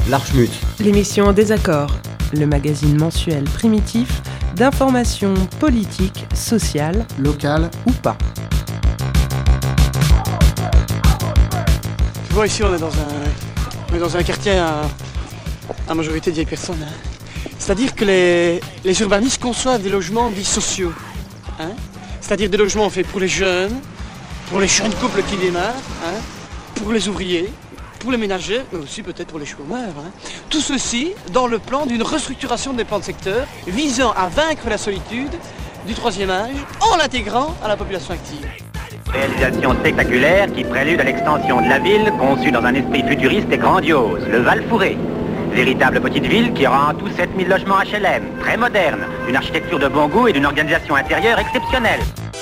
L'Archmut. L'émission en désaccord, le magazine mensuel primitif d'information politique, sociale, locale ou pas. Bon, ici on est dans un quartier à majorité de vieilles personnes. C'est-à-dire que les urbanistes conçoivent des logements dits sociaux. C'est-à-dire des logements faits pour les jeunes couples qui démarrent, pour les ouvriers, pour les ménagers, mais aussi peut-être pour les chômeurs. Tout ceci dans le plan d'une restructuration des plans de secteur visant à vaincre la solitude du troisième âge en l'intégrant à la population active. Réalisation spectaculaire qui prélude à l'extension de la ville, conçue dans un esprit futuriste et grandiose, le Val-Fouré. Véritable petite ville qui aura en tout 7000 logements HLM, très moderne, d'une architecture de bon goût et d'une organisation intérieure exceptionnelle.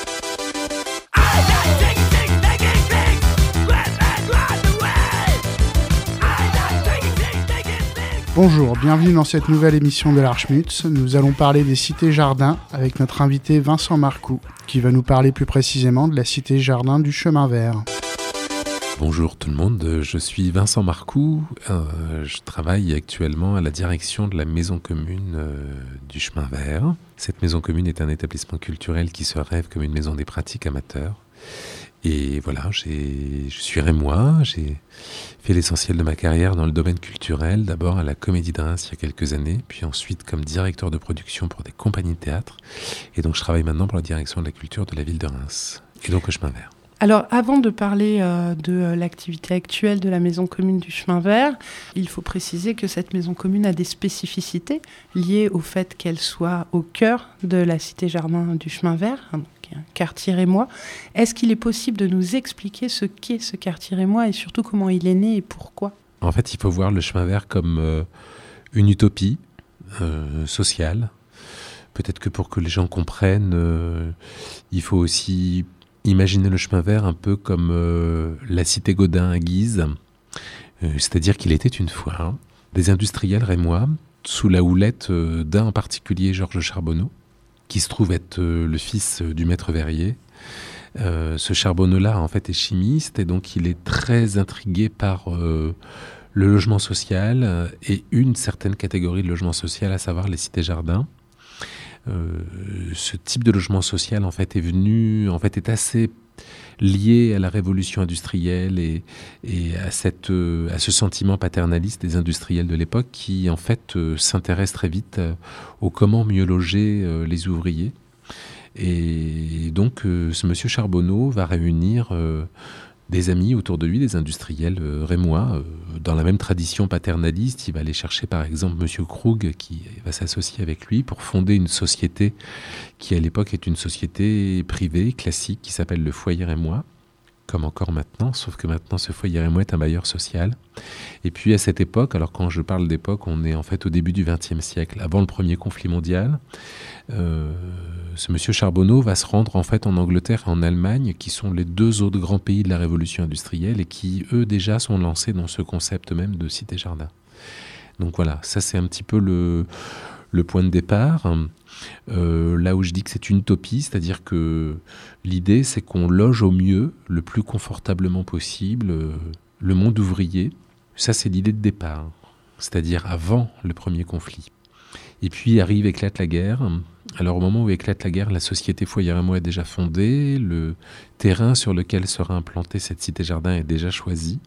Bonjour, bienvenue dans cette nouvelle émission de l'Archmut. Nous allons parler des cités-jardins avec notre invité Vincent Marcoux, qui va nous parler plus précisément de la cité-jardin du Chemin Vert. Bonjour tout le monde, je suis Vincent Marcoux, je travaille actuellement à la direction de la maison commune du Chemin Vert. Cette maison commune est un établissement culturel qui se rêve comme une maison des pratiques amateurs. Et voilà, je suis rémois, j'ai fait l'essentiel de ma carrière dans le domaine culturel, d'abord à la Comédie de Reims il y a quelques années, puis ensuite comme directeur de production pour des compagnies de théâtre. Et donc je travaille maintenant pour la direction de la culture de la ville de Reims, et donc au Chemin Vert. Alors, avant de parler de l'activité actuelle de la maison commune du Chemin Vert, il faut préciser que cette maison commune a des spécificités liées au fait qu'elle soit au cœur de la cité-jardin du Chemin Vert, donc un quartier rémois. Est-ce qu'il est possible de nous expliquer ce qu'est ce quartier rémois et surtout comment il est né et pourquoi ? En fait, il faut voir le Chemin Vert comme une utopie sociale. Peut-être que pour que les gens comprennent, il faut aussi imaginez le Chemin Vert un peu comme la cité Gaudin à Guise, c'est-à-dire qu'il était une fois des industriels rémois, sous la houlette d'un en particulier, Georges Charbonneau, qui se trouve être le fils du maître verrier. Ce Charbonneau-là, en fait, est chimiste, et donc il est très intrigué par le logement social et une certaine catégorie de logement social, à savoir les cités-jardins. Ce type de logement social est assez lié à la révolution industrielle et à ce sentiment paternaliste des industriels de l'époque qui en fait s'intéressent très vite au comment mieux loger les ouvriers. Et donc ce monsieur Charbonneau va réunir des amis autour de lui, des industriels rémois, dans la même tradition paternaliste. Il va aller chercher par exemple Monsieur Krug, qui va s'associer avec lui pour fonder une société qui à l'époque est une société privée, classique, qui s'appelle le Foyer Rémois, comme encore maintenant, sauf que maintenant ce Foyer Rémois est un bailleur social. Et puis à cette époque, alors quand je parle d'époque, on est en fait au début du XXe siècle, avant le premier conflit mondial. Ce monsieur Charbonneau va se rendre en fait en Angleterre et en Allemagne, qui sont les deux autres grands pays de la révolution industrielle et qui, eux, déjà sont lancés dans ce concept même de cité-jardin. Donc voilà, ça c'est un petit peu le point de départ. Là où je dis que c'est une utopie, c'est-à-dire que l'idée c'est qu'on loge au mieux, le plus confortablement possible, le monde ouvrier. Ça c'est l'idée de départ, c'est-à-dire avant le premier conflit. Et puis éclate la guerre. Alors au moment où éclate la guerre, la société Foyer Rémois est déjà fondée, le terrain sur lequel sera implantée cette cité-jardin est déjà choisi.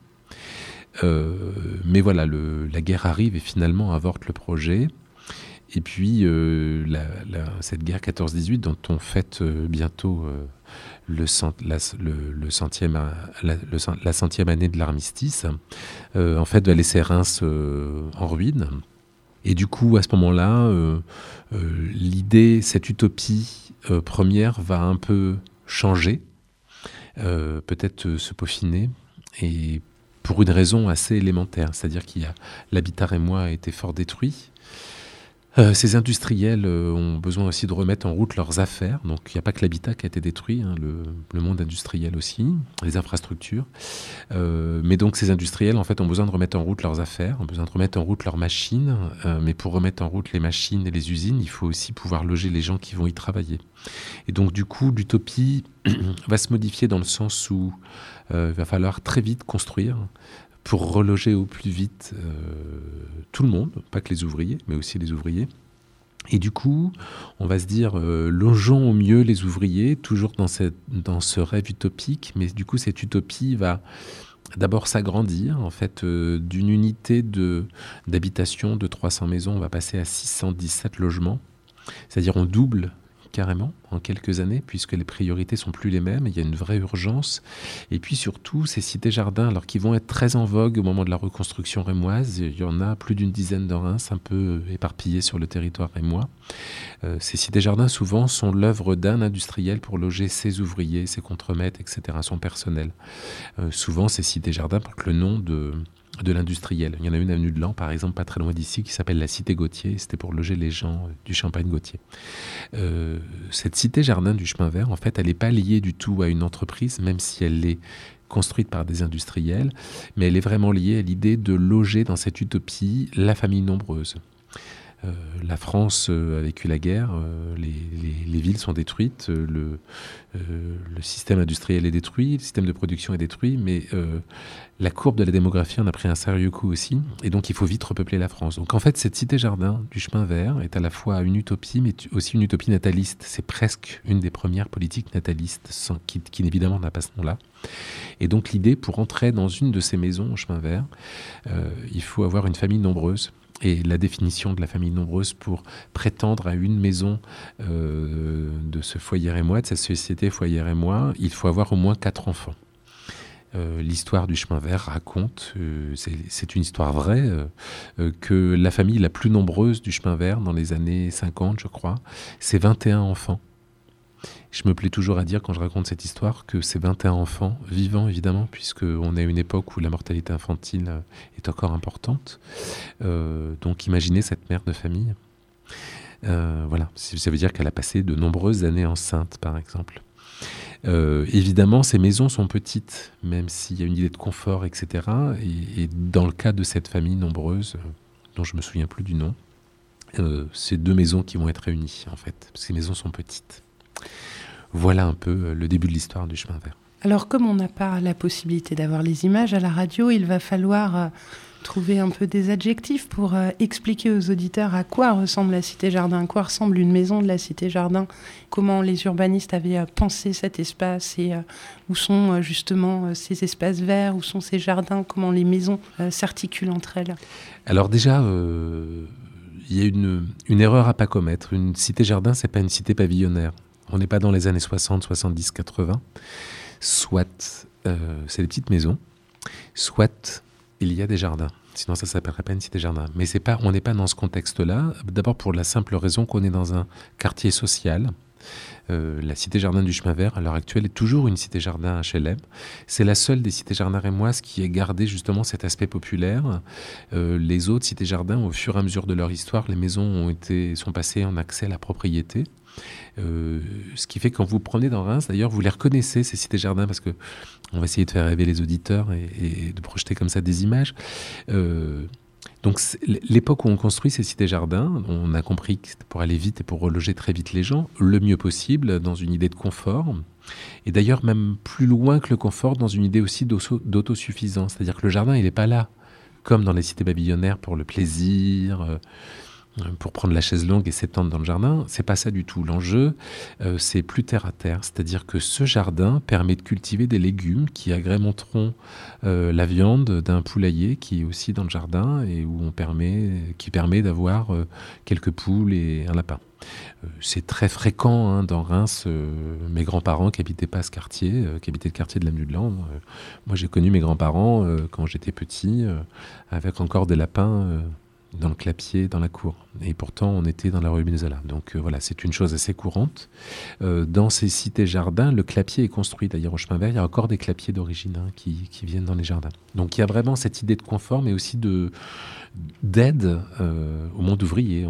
Mais voilà, la guerre arrive et finalement avorte le projet. Et puis cette guerre 14-18 dont on fête bientôt la centième année de l'armistice, en fait va laisser Reims en ruine. Et du coup, à ce moment-là, l'idée, cette utopie première va un peu changer, peut-être se peaufiner, et pour une raison assez élémentaire, c'est-à-dire l'habitat rémois a été fort détruit. Ces industriels ont besoin aussi de remettre en route leurs affaires. Donc il n'y a pas que l'habitat qui a été détruit, le monde industriel aussi, les infrastructures. Mais donc ces industriels en fait ont besoin de remettre en route leurs affaires, ont besoin de remettre en route leurs machines. Mais pour remettre en route les machines et les usines, il faut aussi pouvoir loger les gens qui vont y travailler. Et donc du coup, l'utopie va se modifier dans le sens où il va falloir très vite construire pour reloger au plus vite tout le monde, pas que les ouvriers, mais aussi les ouvriers. Et du coup, on va se dire, logeons au mieux les ouvriers, toujours dans ce rêve utopique, mais du coup, cette utopie va d'abord s'agrandir. En fait, d'une unité d'habitation de 300 maisons, on va passer à 617 logements. C'est-à-dire on double carrément en quelques années, puisque les priorités sont plus les mêmes, il y a une vraie urgence. Et puis surtout, ces cités-jardins, alors qui vont être très en vogue au moment de la reconstruction rémoise, il y en a plus d'une dizaine de Reims, un peu éparpillés sur le territoire rémois. Ces cités-jardins, souvent, sont l'œuvre d'un industriel pour loger ses ouvriers, ses contremaîtres, etc., son personnel. Souvent, ces cités-jardins portent le nom de l'industriel. Il y en a une avenue de Laon, par exemple, pas très loin d'ici, qui s'appelle la Cité Gauthier. C'était pour loger les gens du Champagne-Gauthier. Cette cité-jardin du chemin vert, en fait, elle n'est pas liée du tout à une entreprise, même si elle est construite par des industriels, mais elle est vraiment liée à l'idée de loger dans cette utopie la famille nombreuse. La France a vécu la guerre, les villes sont détruites, le système industriel est détruit, le système de production est détruit, mais la courbe de la démographie en a pris un sérieux coup aussi, et donc il faut vite repeupler la France. Donc en fait, cette cité-jardin du chemin vert est à la fois une utopie, mais aussi une utopie nataliste. C'est presque une des premières politiques natalistes, qui évidemment n'a pas ce nom-là. Et donc l'idée, pour entrer dans une de ces maisons au chemin vert, il faut avoir une famille nombreuse. Et la définition de la famille nombreuse pour prétendre à une maison de ce foyer rémois, de cette société foyer rémois, il faut avoir au moins 4 enfants. L'histoire du chemin vert raconte, c'est une histoire vraie, que la famille la plus nombreuse du chemin vert dans les années 50, je crois, c'est 21 enfants. Je me plais toujours à dire, quand je raconte cette histoire, que c'est 21 enfants, vivants évidemment, puisqu'on est à une époque où la mortalité infantile est encore importante. Donc imaginez cette mère de famille. Voilà, ça veut dire qu'elle a passé de nombreuses années enceinte, par exemple. Évidemment, ces maisons sont petites, même s'il y a une idée de confort, etc. Et dans le cas de cette famille nombreuse, dont je ne me souviens plus du nom, c'est 2 maisons qui vont être réunies, en fait, parce que ces maisons sont petites. Voilà un peu le début de l'histoire du chemin vert. Alors, comme on n'a pas la possibilité d'avoir les images à la radio, il va falloir trouver un peu des adjectifs pour expliquer aux auditeurs à quoi ressemble la cité-jardin, à quoi ressemble une maison de la cité-jardin, comment les urbanistes avaient pensé cet espace et où sont justement ces espaces verts, où sont ces jardins, comment les maisons s'articulent entre elles. Alors déjà, il y a une erreur à pas commettre. Une cité-jardin, c'est pas une cité pavillonnaire. On n'est pas dans les années 60, 70, 80. Soit c'est des petites maisons, soit il y a des jardins. Sinon, ça ne s'appellerait pas une cité-jardin. Mais on n'est pas dans ce contexte-là. D'abord pour la simple raison qu'on est dans un quartier social. La cité-jardin du chemin vert, à l'heure actuelle, est toujours une cité-jardin HLM. C'est la seule des cités-jardins rémoises qui ait gardé justement cet aspect populaire. Les autres cités-jardins, au fur et à mesure de leur histoire, les maisons sont passées en accès à la propriété. Ce qui fait que quand vous prenez dans Reims, d'ailleurs, vous les reconnaissez, ces cités-jardins, parce que on va essayer de faire rêver les auditeurs et de projeter comme ça des images. Donc l'époque où on construit ces cités-jardins, on a compris que c'était pour aller vite et pour reloger très vite les gens, le mieux possible, dans une idée de confort. Et d'ailleurs, même plus loin que le confort, dans une idée aussi d'autosuffisance. C'est-à-dire que le jardin, il n'est pas là, comme dans les cités babylonnaires, pour le plaisir, pour prendre la chaise longue et s'étendre dans le jardin. C'est pas ça du tout. L'enjeu, c'est plus terre à terre. C'est-à-dire que ce jardin permet de cultiver des légumes qui agrémenteront la viande d'un poulailler qui est aussi dans le jardin et qui permet d'avoir quelques poules et un lapin. C'est très fréquent dans Reims. Mes grands-parents qui n'habitaient pas ce quartier, qui habitaient le quartier de l'avenue de Laon. Moi, j'ai connu mes grands-parents quand j'étais petit, avec encore des lapins dans le clapier, dans la cour. Et pourtant, on était dans la rue Benzola. Donc voilà, c'est une chose assez courante. Dans ces cités-jardins, le clapier est construit. D'ailleurs, au chemin vert, il y a encore des clapiers d'origine qui viennent dans les jardins. Donc il y a vraiment cette idée de confort, mais aussi d'aide au monde ouvrier.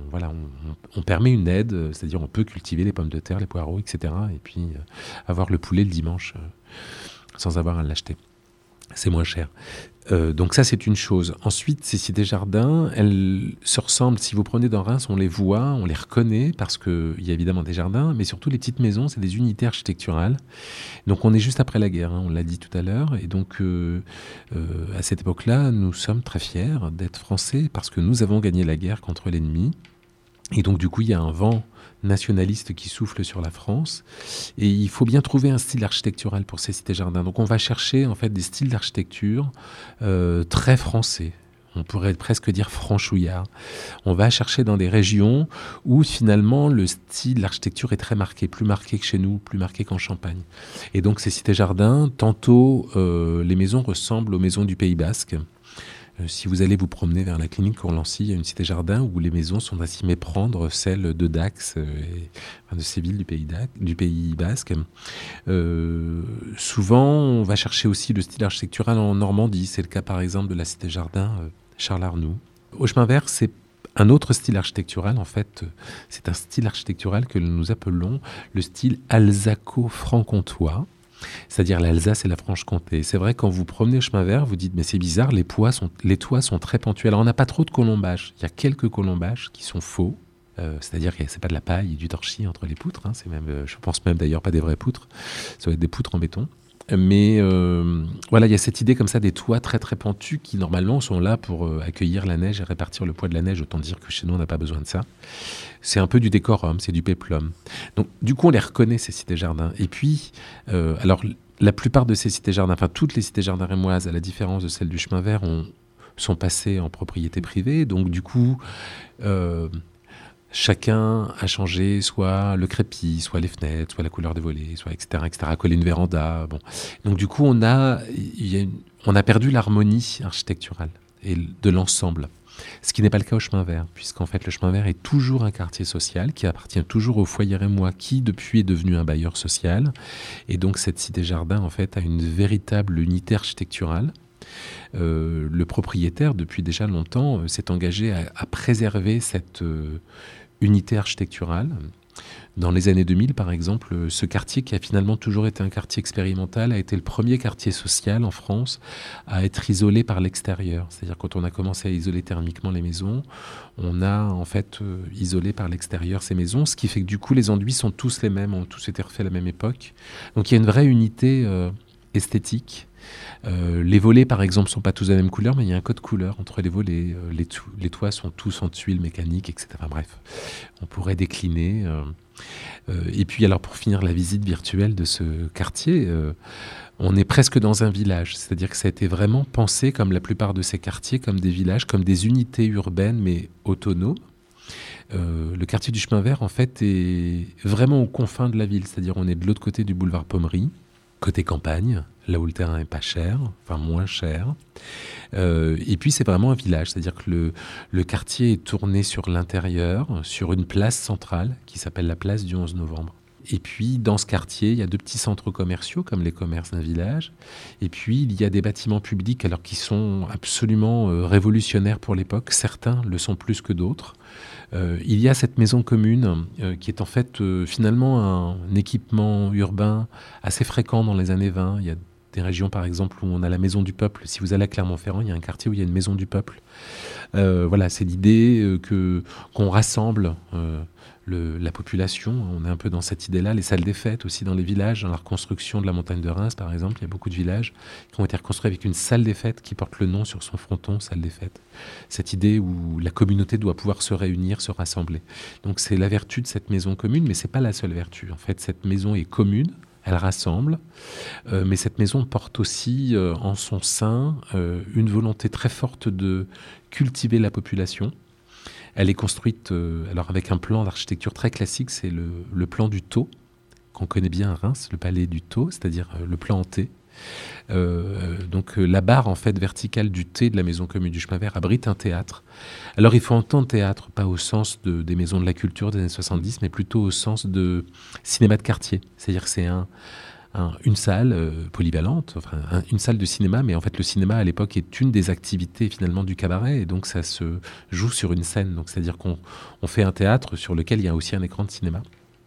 On permet une aide, c'est-à-dire on peut cultiver les pommes de terre, les poireaux, etc. Et puis avoir le poulet le dimanche sans avoir à l'acheter. C'est moins cher. Donc ça, c'est une chose. Ensuite, ces cités-jardins, elles se ressemblent. Si vous prenez dans Reims, on les voit, on les reconnaît, parce qu'il y a évidemment des jardins, mais surtout les petites maisons, c'est des unités architecturales. Donc on est juste après la guerre, on l'a dit tout à l'heure. Et donc, à cette époque-là, nous sommes très fiers d'être français, parce que nous avons gagné la guerre contre l'ennemi. Et donc, du coup, il y a un vent nationaliste qui souffle sur la France. Et il faut bien trouver un style architectural pour ces cités-jardins. Donc, on va chercher, en fait, des styles d'architecture très français. On pourrait presque dire franchouillard. On va chercher dans des régions où, finalement, le style, l'architecture est très marqué. Plus marqué que chez nous, plus marqué qu'en Champagne. Et donc, ces cités-jardins, tantôt, les maisons ressemblent aux maisons du Pays Basque. Si vous allez vous promener vers la clinique Courlancy, il y a une cité-jardin où les maisons sont à s'y méprendre, celles de Dax, de Séville, du Pays Basque. Souvent, on va chercher aussi le style architectural en Normandie. C'est le cas, par exemple, de la cité-jardin Charles Arnoux. Au Chemin Vert, c'est un autre style architectural. En fait, c'est un style architectural que nous appelons le style alsaco-franc-comtois. C'est-à-dire l'Alsace et la Franche-Comté. C'est vrai, quand vous promenez au Chemin Vert, vous dites, mais c'est bizarre, les toits sont très pentus. Alors, on n'a pas trop de colombages. Il y a quelques colombages qui sont faux. C'est-à-dire que c'est pas de la paille et du torchis entre les poutres. C'est même, je pense même d'ailleurs pas des vraies poutres. Ça va être des poutres en béton. Mais voilà, il y a cette idée comme ça des toits très très pentus qui normalement sont là pour accueillir la neige et répartir le poids de la neige. Autant dire que chez nous on n'a pas besoin de ça. C'est un peu du décorum, c'est du péplum. Donc du coup on les reconnaît, ces cités-jardins. Et puis, alors la plupart de ces cités-jardins, enfin toutes les cités-jardins rémoises, à la différence de celles du Chemin Vert, sont passées en propriété privée. Donc du coup... chacun a changé soit le crépi, soit les fenêtres, soit la couleur des volets, soit etc., coller une véranda. Bon. Donc du coup, on a perdu l'harmonie architecturale et de l'ensemble. Ce qui n'est pas le cas au Chemin Vert, puisqu'en fait le Chemin Vert est toujours un quartier social qui appartient toujours au foyer rémois qui depuis est devenu un bailleur social. Et donc cette cité-jardin en fait a une véritable unité architecturale. Le propriétaire, depuis déjà longtemps, s'est engagé à préserver cette unité architecturale. Dans les années 2000, par exemple, ce quartier, qui a finalement toujours été un quartier expérimental, a été le premier quartier social en France à être isolé par l'extérieur. C'est-à-dire quand on a commencé à isoler thermiquement les maisons, on a en fait isolé par l'extérieur ces maisons, ce qui fait que du coup les enduits sont tous les mêmes, ont tous été refaits à la même époque. Donc il y a une vraie unité esthétique. Les volets, par exemple, ne sont pas tous de la même couleur, mais il y a un code couleur entre les volets. Les toits sont tous en tuiles mécaniques, etc. Enfin, bref, on pourrait décliner. Et puis, alors, pour finir la visite virtuelle de ce quartier, on est presque dans un village. C'est-à-dire que ça a été vraiment pensé, comme la plupart de ces quartiers, comme des villages, comme des unités urbaines, mais autonomes. Le quartier du Chemin Vert, en fait, est vraiment aux confins de la ville. C'est-à-dire on est de l'autre côté du boulevard Pommery, côté campagne, là où le terrain est pas cher, enfin moins cher. Et puis c'est vraiment un village, c'est-à-dire que le quartier est tourné sur l'intérieur, sur une place centrale qui s'appelle la place du 11 novembre. Et puis dans ce quartier, il y a 2 petits centres commerciaux comme les commerces d'un village. Et puis il y a des bâtiments publics alors qui sont absolument révolutionnaires pour l'époque. Certains le sont plus que d'autres. Il y a cette maison commune qui est en fait finalement un équipement urbain assez fréquent dans les années 20. Il y a des régions par exemple où on a la maison du peuple. Si vous allez à Clermont-Ferrand, il y a un quartier où il y a une maison du peuple. Voilà, c'est l'idée qu'on rassemble la population. On est un peu dans cette idée-là. Les salles des fêtes aussi dans les villages, dans la reconstruction de la montagne de Reims par exemple, il y a beaucoup de villages qui ont été reconstruits avec une salle des fêtes qui porte le nom sur son fronton, salle des fêtes. Cette idée où la communauté doit pouvoir se réunir, se rassembler. Donc c'est la vertu de cette maison commune, mais c'est pas la seule vertu. En fait, cette maison est commune, elle rassemble, mais cette maison porte aussi en son sein une volonté très forte de cultiver la population. Elle est construite alors avec un plan d'architecture très classique, c'est le plan du Thau, qu'on connaît bien à Reims, le palais du Thau, c'est-à-dire le plan en T. Donc la barre en fait verticale du T de la maison commune du Chemin Vert abrite un théâtre. Alors il faut entendre théâtre, pas au sens des maisons de la culture des années 70, mais plutôt au sens de cinéma de quartier. C'est-à-dire que c'est une salle polyvalente, enfin une salle de cinéma, mais en fait le cinéma à l'époque est une des activités finalement du cabaret, et donc ça se joue sur une scène. Donc c'est-à-dire qu'on fait un théâtre sur lequel il y a aussi un écran de cinéma.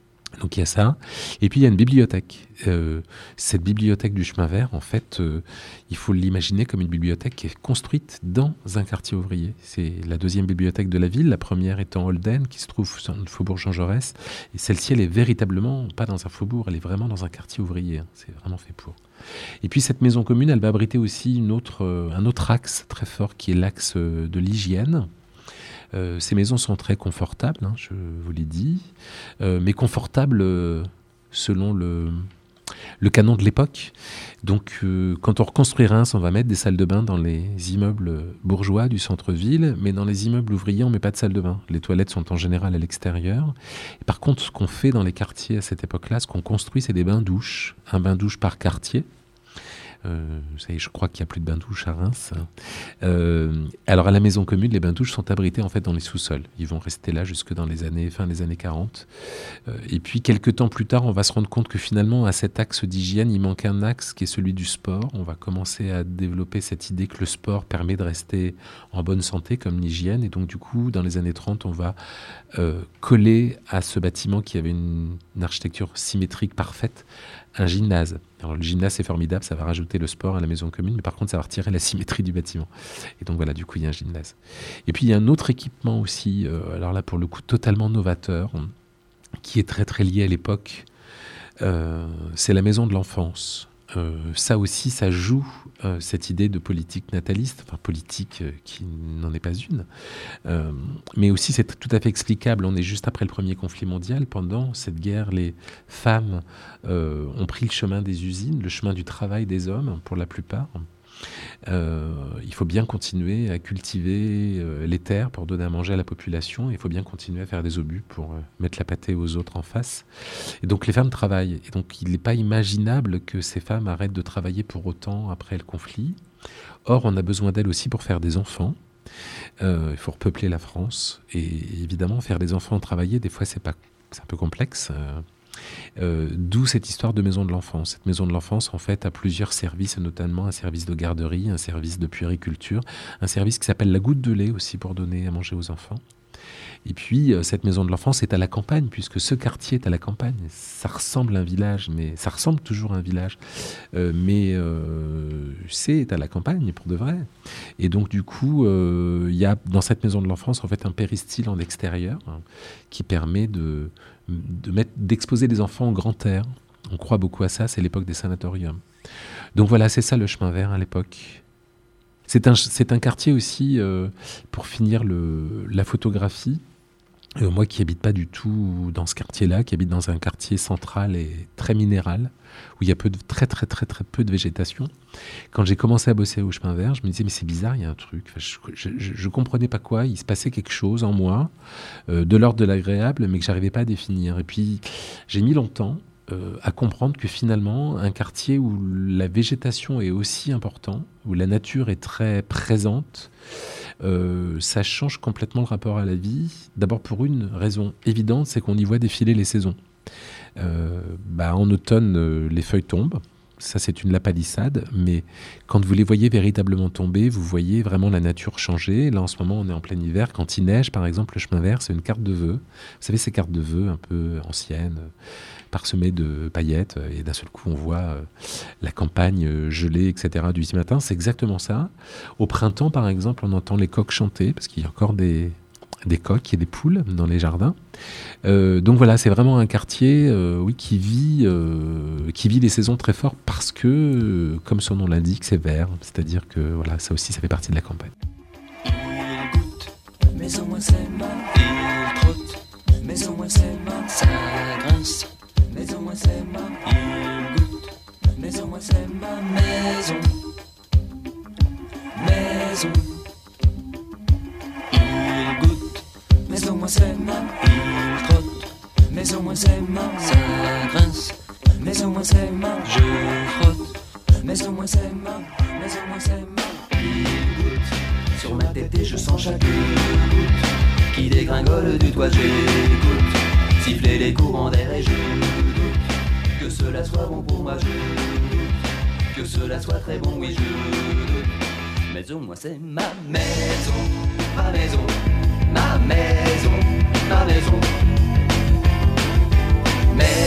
Donc il y a ça. Et puis il y a une bibliothèque. Cette bibliothèque du chemin vert, en fait, il faut l'imaginer comme une bibliothèque qui est construite dans un quartier ouvrier. C'est la deuxième bibliothèque de la ville, la première étant Holden, qui se trouve dans le faubourg Jean Jaurès. Et celle-ci, elle est véritablement pas dans un faubourg, elle est vraiment dans un quartier ouvrier. C'est vraiment fait pour. Et puis cette maison commune, elle va abriter aussi un autre axe très fort, qui est l'axe de l'hygiène. Ces maisons sont très confortables, je vous l'ai dit, mais confortables selon le canon de l'époque. Donc, quand on reconstruit Reims, on va mettre des salles de bain dans les immeubles bourgeois du centre-ville, mais dans les immeubles ouvriers, on ne met pas de salle de bain. Les toilettes sont en général à l'extérieur. Et par contre, ce qu'on fait dans les quartiers à cette époque-là, ce qu'on construit, c'est des bains-douches. Un bain-douche par quartier. Ça y est, je crois qu'il n'y a plus de bains-douches à Reims. Alors à la maison commune, les bains-douches sont abrités en fait dans les sous-sols. Ils vont rester là jusque dans fin des années 40. Et puis quelques temps plus tard, on va se rendre compte que finalement à cet axe d'hygiène, il manque un axe qui est celui du sport. On va commencer à développer cette idée que le sport permet de rester en bonne santé comme l'hygiène. Et donc du coup, dans les années 30, on va coller à ce bâtiment qui avait une architecture symétrique parfaite, un gymnase. Alors le gymnase c'est formidable, ça va rajouter le sport à la maison commune, mais par contre ça va retirer la symétrie du bâtiment. Et donc voilà, du coup il y a un gymnase. Et puis il y a un autre équipement aussi, alors là pour le coup totalement novateur, qui est très très lié à l'époque, c'est la maison de l'enfance. Ça aussi, ça joue cette idée de politique nataliste, enfin politique qui n'en est pas une, mais aussi c'est tout à fait explicable. On est juste après le premier conflit mondial. Pendant cette guerre, les femmes ont pris le chemin des usines, le chemin du travail des hommes pour la plupart. Il faut bien continuer à cultiver les terres pour donner à manger à la population. Il faut bien continuer à faire des obus pour mettre la pâtée aux autres en face. Et donc les femmes travaillent. Et donc il n'est pas imaginable que ces femmes arrêtent de travailler pour autant après le conflit. Or, on a besoin d'elles aussi pour faire des enfants. Il faut repeupler la France. Et évidemment, faire des enfants travailler, des fois, c'est un peu complexe. D'où cette histoire de maison de l'enfance. Cette maison de l'enfance, en fait, a plusieurs services, notamment un service de garderie, un service de puériculture, un service qui s'appelle la goutte de lait aussi pour donner à manger aux enfants. Et puis, cette maison de l'enfance est à la campagne, puisque ce quartier est à la campagne. Ça ressemble à un village, mais ça ressemble toujours à un village. Mais c'est à la campagne, pour de vrai. Et donc, du coup, il y a dans cette maison de l'enfance, en fait, un péristyle en extérieur qui permet d'exposer les enfants en grand air. On croit beaucoup à ça, c'est l'époque des sanatoriums. Donc voilà, c'est ça le chemin vert à l'époque. C'est un quartier aussi, pour finir la photographie. Moi qui habite pas du tout dans ce quartier-là, qui habite dans un quartier central et très minéral, où il y a très très très très peu de végétation. Quand j'ai commencé à bosser au chemin vert, je me disais mais c'est bizarre, il y a un truc. Enfin, je comprenais pas quoi, il se passait quelque chose en moi, de l'ordre de l'agréable, mais que j'arrivais pas à définir. Et puis j'ai mis longtemps à comprendre que finalement, un quartier où la végétation est aussi importante, où la nature est très présente, ça change complètement le rapport à la vie. D'abord pour une raison évidente, c'est qu'on y voit défiler les saisons. En automne, les feuilles tombent. Ça, c'est une lapalissade, mais quand vous les voyez véritablement tomber, vous voyez vraiment la nature changer. Là, en ce moment, on est en plein hiver. Quand il neige, par exemple, le chemin vert, c'est une carte de vœux. Vous savez, ces cartes de vœux un peu anciennes, parsemées de paillettes, et d'un seul coup, on voit la campagne gelée, etc. du dimanche matin. C'est exactement ça. Au printemps, par exemple, on entend les coqs chanter, parce qu'il y a encore des coqs et des poules dans les jardins. Donc voilà, c'est vraiment un quartier qui vit les saisons très fort parce que, comme son nom l'indique, c'est vert. C'est-à-dire que voilà, ça aussi, ça fait partie de la campagne. Il goûte, mais au moins c'est mal. Il trotte, mais au moins c'est mal. Ça grince, mais au moins c'est mal. Il goûte, mais au moins c'est ma maison. Il goûte, mais au moins c'est mal. Il trotte, mais au moins c'est mal. Ça grince, mais au moins c'est mal. Je frotte, mais au moins c'est mal. Mais au moins c'est mal. Il goûte sur ma tête et je sens chaque goutte qui dégringole du toit. J'écoute siffler les courants d'air et je doute que cela soit bon pour moi. Je doute que cela soit très bon, oui je doute. Mais au moins c'est ma maison, ma maison, ma maison, ma maison. Mais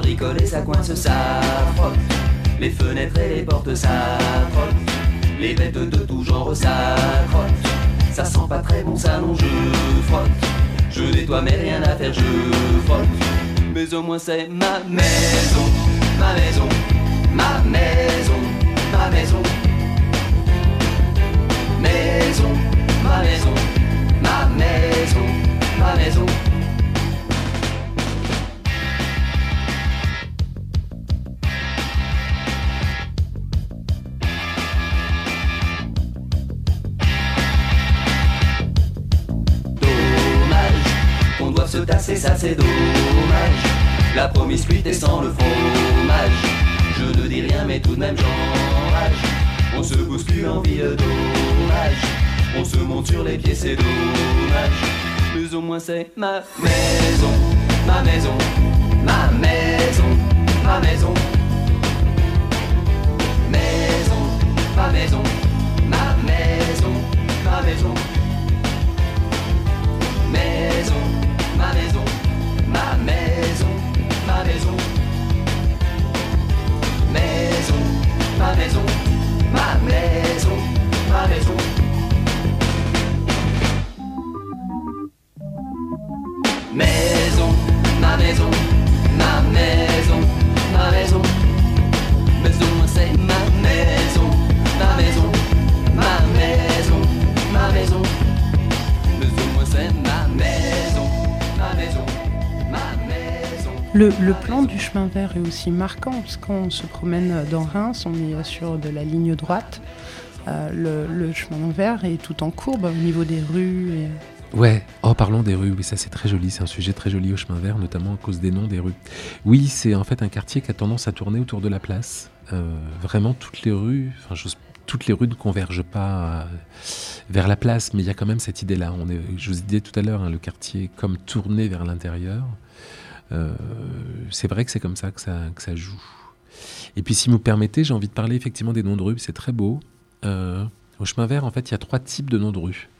bricoler, ça coince, ça frotte. Les fenêtres et les portes, ça frotte. Les bêtes de tout genre, ça crotte. Ça sent pas très bon, ça non, je frotte. Je nettoie mais rien à faire, je frotte. Mais au moins c'est ma maison, ma maison, ma maison, ma maison. Maison, ma maison, ma maison, ma maison. Se tasser, ça c'est dommage. La promiscuité sans le fromage. Je ne dis rien mais tout de même j'enrage. On se bouscule en ville d'hommage. On se monte sur les pieds, c'est dommage. Mais au moins c'est ma maison, ma maison, ma maison, ma maison. Maison, ma maison, ma maison, ma maison. Maison, ma maison, ma maison, ma maison. Maison, ma maison, ma maison, ma maison. Maison, ma maison, ma maison, ma maison. Maison, moi c'est ma maison, ma maison, ma maison, ma maison. Maison, moi c'est ma maison, ma maison, ma maison. Le plan du chemin vert est aussi marquant, parce qu'on se promène dans Reims, on est sur de la ligne droite. Le chemin vert est tout en courbe au niveau des rues. Ouais, parlons des rues, oui, ça c'est très joli, c'est un sujet très joli au chemin vert, notamment à cause des noms des rues. Oui, c'est en fait un quartier qui a tendance à tourner autour de la place. Vraiment, toutes les rues ne convergent pas vers la place, mais il y a quand même cette idée-là. Je vous disais tout à l'heure, le quartier comme tourné vers l'intérieur. C'est vrai que c'est comme ça que ça joue. Et puis, si vous me permettez, j'ai envie de parler effectivement des noms de rues, c'est très beau. Au chemin vert, en fait, il y a 3 types de noms de rues.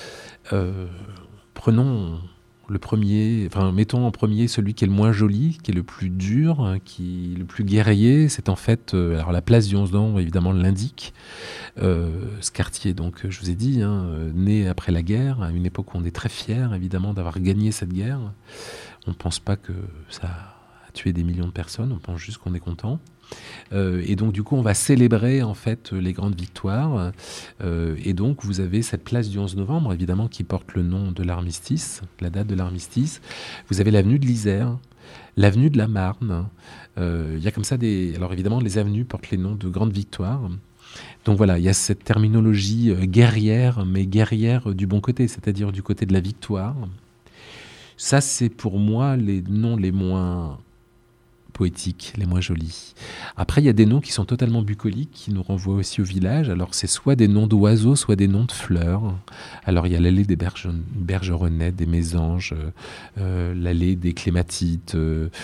Prenons le premier, mettons en premier celui qui est le moins joli, qui est le plus dur, qui est le plus guerrier. C'est en fait, alors la place du 11 novembre évidemment l'indique. Ce quartier, donc, je vous ai dit, né après la guerre, à une époque où on est très fier évidemment d'avoir gagné cette guerre. On ne pense pas que ça a tué des millions de personnes, on pense juste qu'on est content. Et donc du coup on va célébrer en fait les grandes victoires, et donc vous avez cette place du 11 novembre évidemment qui porte le nom de l'armistice, la date de l'armistice. Vous avez l'avenue de l'Isère, l'avenue de la Marne, il y a comme ça alors évidemment les avenues portent les noms de grandes victoires. Donc voilà, il y a cette terminologie guerrière, mais guerrière du bon côté, c'est-à-dire du côté de la victoire. Ça c'est pour moi les noms les moins poétiques, les moins jolis. Après, il y a des noms qui sont totalement bucoliques, qui nous renvoient aussi au village. Alors, c'est soit des noms d'oiseaux, soit des noms de fleurs. Alors, il y a l'allée des bergeronnettes, des mésanges, l'allée des clématites,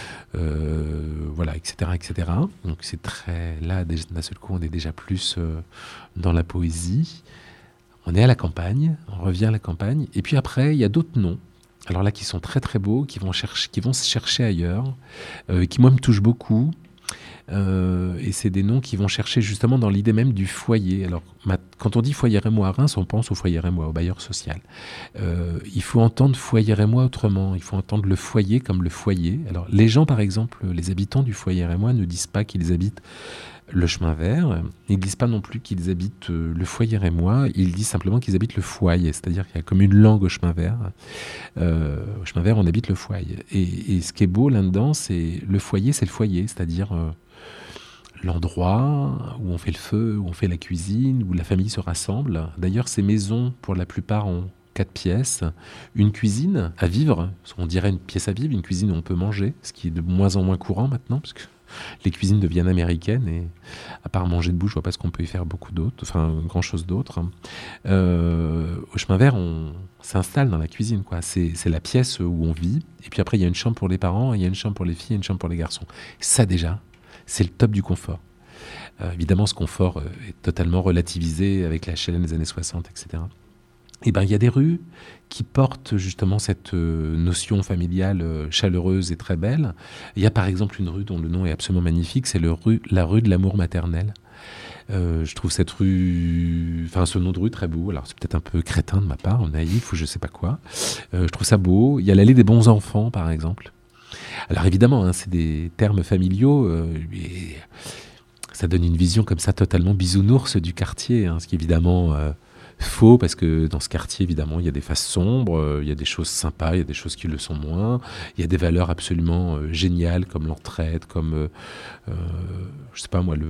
voilà, etc., etc. Donc, c'est très... Là, d'un seul coup, on est déjà plus dans la poésie. On est à la campagne, on revient à la campagne. Et puis après, il y a d'autres noms. Alors là, qui sont très très beaux, qui vont se chercher ailleurs, qui moi me touchent beaucoup. Et c'est des noms qui vont chercher justement dans l'idée même du foyer. Alors, quand on dit foyer rémois à Reims, on pense au foyer rémois, au bailleur social. Il faut entendre foyer rémois autrement. Il faut entendre le foyer comme le foyer. Alors, les gens, par exemple, les habitants du foyer rémois ne disent pas qu'ils habitent le chemin vert. Ils ne disent pas non plus qu'ils habitent le foyer rémois. Ils disent simplement qu'ils habitent le foyer. C'est-à-dire qu'il y a comme une langue au chemin vert. Au chemin vert, on habite le foyer. Et ce qui est beau là-dedans, c'est le foyer, c'est-à-dire l'endroit où on fait le feu, où on fait la cuisine, où la famille se rassemble. D'ailleurs, ces maisons, pour la plupart, ont 4 pièces, une cuisine à vivre, on dirait une pièce à vivre, une cuisine où on peut manger, ce qui est de moins en moins courant maintenant, parce que les cuisines deviennent américaines et à part manger debout, je vois pas ce qu'on peut y faire grand chose d'autre. Au chemin vert, on s'installe dans la cuisine, quoi. C'est la pièce où on vit. Et puis après, il y a une chambre pour les parents, il y a une chambre pour les filles et une chambre pour les garçons. Ça déjà, c'est le top du confort. Évidemment, ce confort est totalement relativisé avec la HLM des années 60, etc. il y a des rues qui portent justement cette notion familiale chaleureuse et très belle. Il y a par exemple une rue dont le nom est absolument magnifique, c'est la rue de l'amour maternel. Je trouve cette rue, ce nom de rue très beau. Alors c'est peut-être un peu crétin de ma part, naïf ou je sais pas quoi. Je trouve ça beau. Il y a l'allée des bons enfants par exemple. Alors évidemment, c'est des termes familiaux. Et ça donne une vision comme ça totalement bisounours du quartier, ce qui est évidemment faux, parce que dans ce quartier, évidemment, il y a des faces sombres, il y a des choses sympas, il y a des choses qui le sont moins, il y a des valeurs absolument géniales, comme l'entraide, comme, je sais pas moi,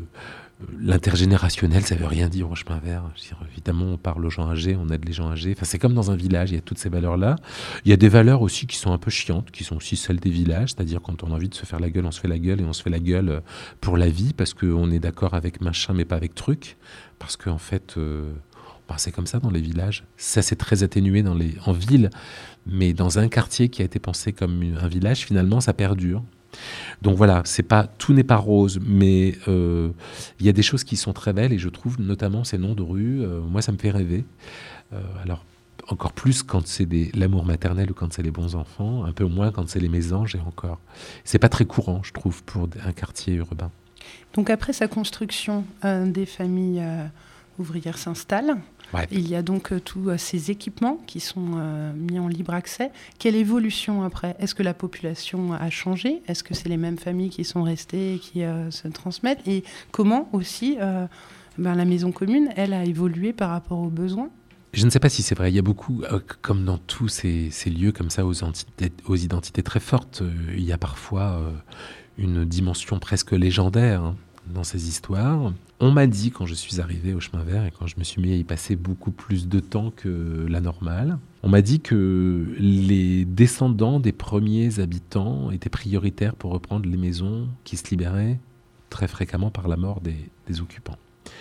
l'intergénérationnel, ça veut rien dire au chemin vert. Évidemment, on parle aux gens âgés, on aide les gens âgés. C'est comme dans un village, il y a toutes ces valeurs-là. Il y a des valeurs aussi qui sont un peu chiantes, qui sont aussi celles des villages, c'est-à-dire quand on a envie de se faire la gueule, on se fait la gueule, et on se fait la gueule pour la vie, parce qu'on est d'accord avec machin, mais pas avec truc. Parce qu'en fait, c'est comme ça dans les villages. Ça, c'est très atténué en ville, mais dans un quartier qui a été pensé comme un village, finalement, ça perdure. Donc voilà, tout n'est pas rose, mais il y a des choses qui sont très belles, et je trouve notamment ces noms de rues, moi ça me fait rêver. Alors encore plus quand c'est l'amour maternel ou quand c'est les bons enfants, un peu moins quand c'est les mésanges, et encore. C'est pas très courant, je trouve, pour un quartier urbain. Donc après sa construction, des familles ouvrières s'installent. Ouais. Il y a donc tous ces équipements qui sont mis en libre accès. Quelle évolution après ? Est-ce que la population a changé ? Est-ce que c'est les mêmes familles qui sont restées et qui se transmettent ? Et comment aussi la maison commune, elle, a évolué par rapport aux besoins ? Je ne sais pas si c'est vrai. Il y a beaucoup, comme dans tous ces lieux comme ça, aux identités très fortes, il y a parfois une dimension presque légendaire dans ces histoires. On m'a dit, quand je suis arrivé au chemin vert et quand je me suis mis à y passer beaucoup plus de temps que la normale, on m'a dit que les descendants des premiers habitants étaient prioritaires pour reprendre les maisons qui se libéraient très fréquemment par la mort des occupants.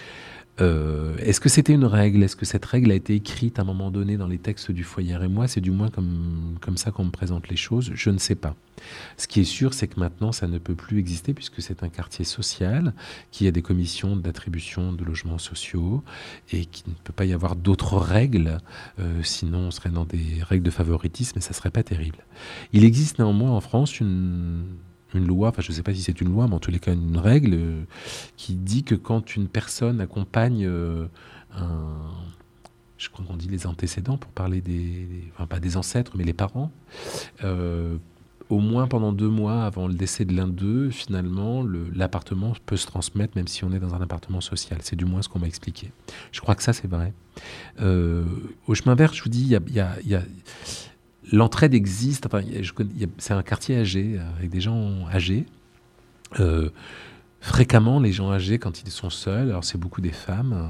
Est-ce que c'était une règle ? Est-ce que cette règle a été écrite à un moment donné dans les textes du Foyer et moi ? C'est du moins comme ça qu'on me présente les choses. Je ne sais pas. Ce qui est sûr, c'est que maintenant, ça ne peut plus exister puisque c'est un quartier social, qui a des commissions d'attribution de logements sociaux et qu'il ne peut pas y avoir d'autres règles. Sinon, on serait dans des règles de favoritisme et ça ne serait pas terrible. Il existe néanmoins en France une loi, je ne sais pas si c'est une loi, mais en tous les cas une règle qui dit que quand une personne accompagne je crois qu'on dit les antécédents pour parler pas des ancêtres, mais les parents, au moins pendant 2 mois avant le décès de l'un d'eux, finalement, l'appartement peut se transmettre même si on est dans un appartement social. C'est du moins ce qu'on m'a expliqué. Je crois que ça, c'est vrai. Au chemin vert, je vous dis, il y a l'entraide existe, c'est un quartier âgé, avec des gens âgés. Fréquemment, les gens âgés, quand ils sont seuls, alors c'est beaucoup des femmes,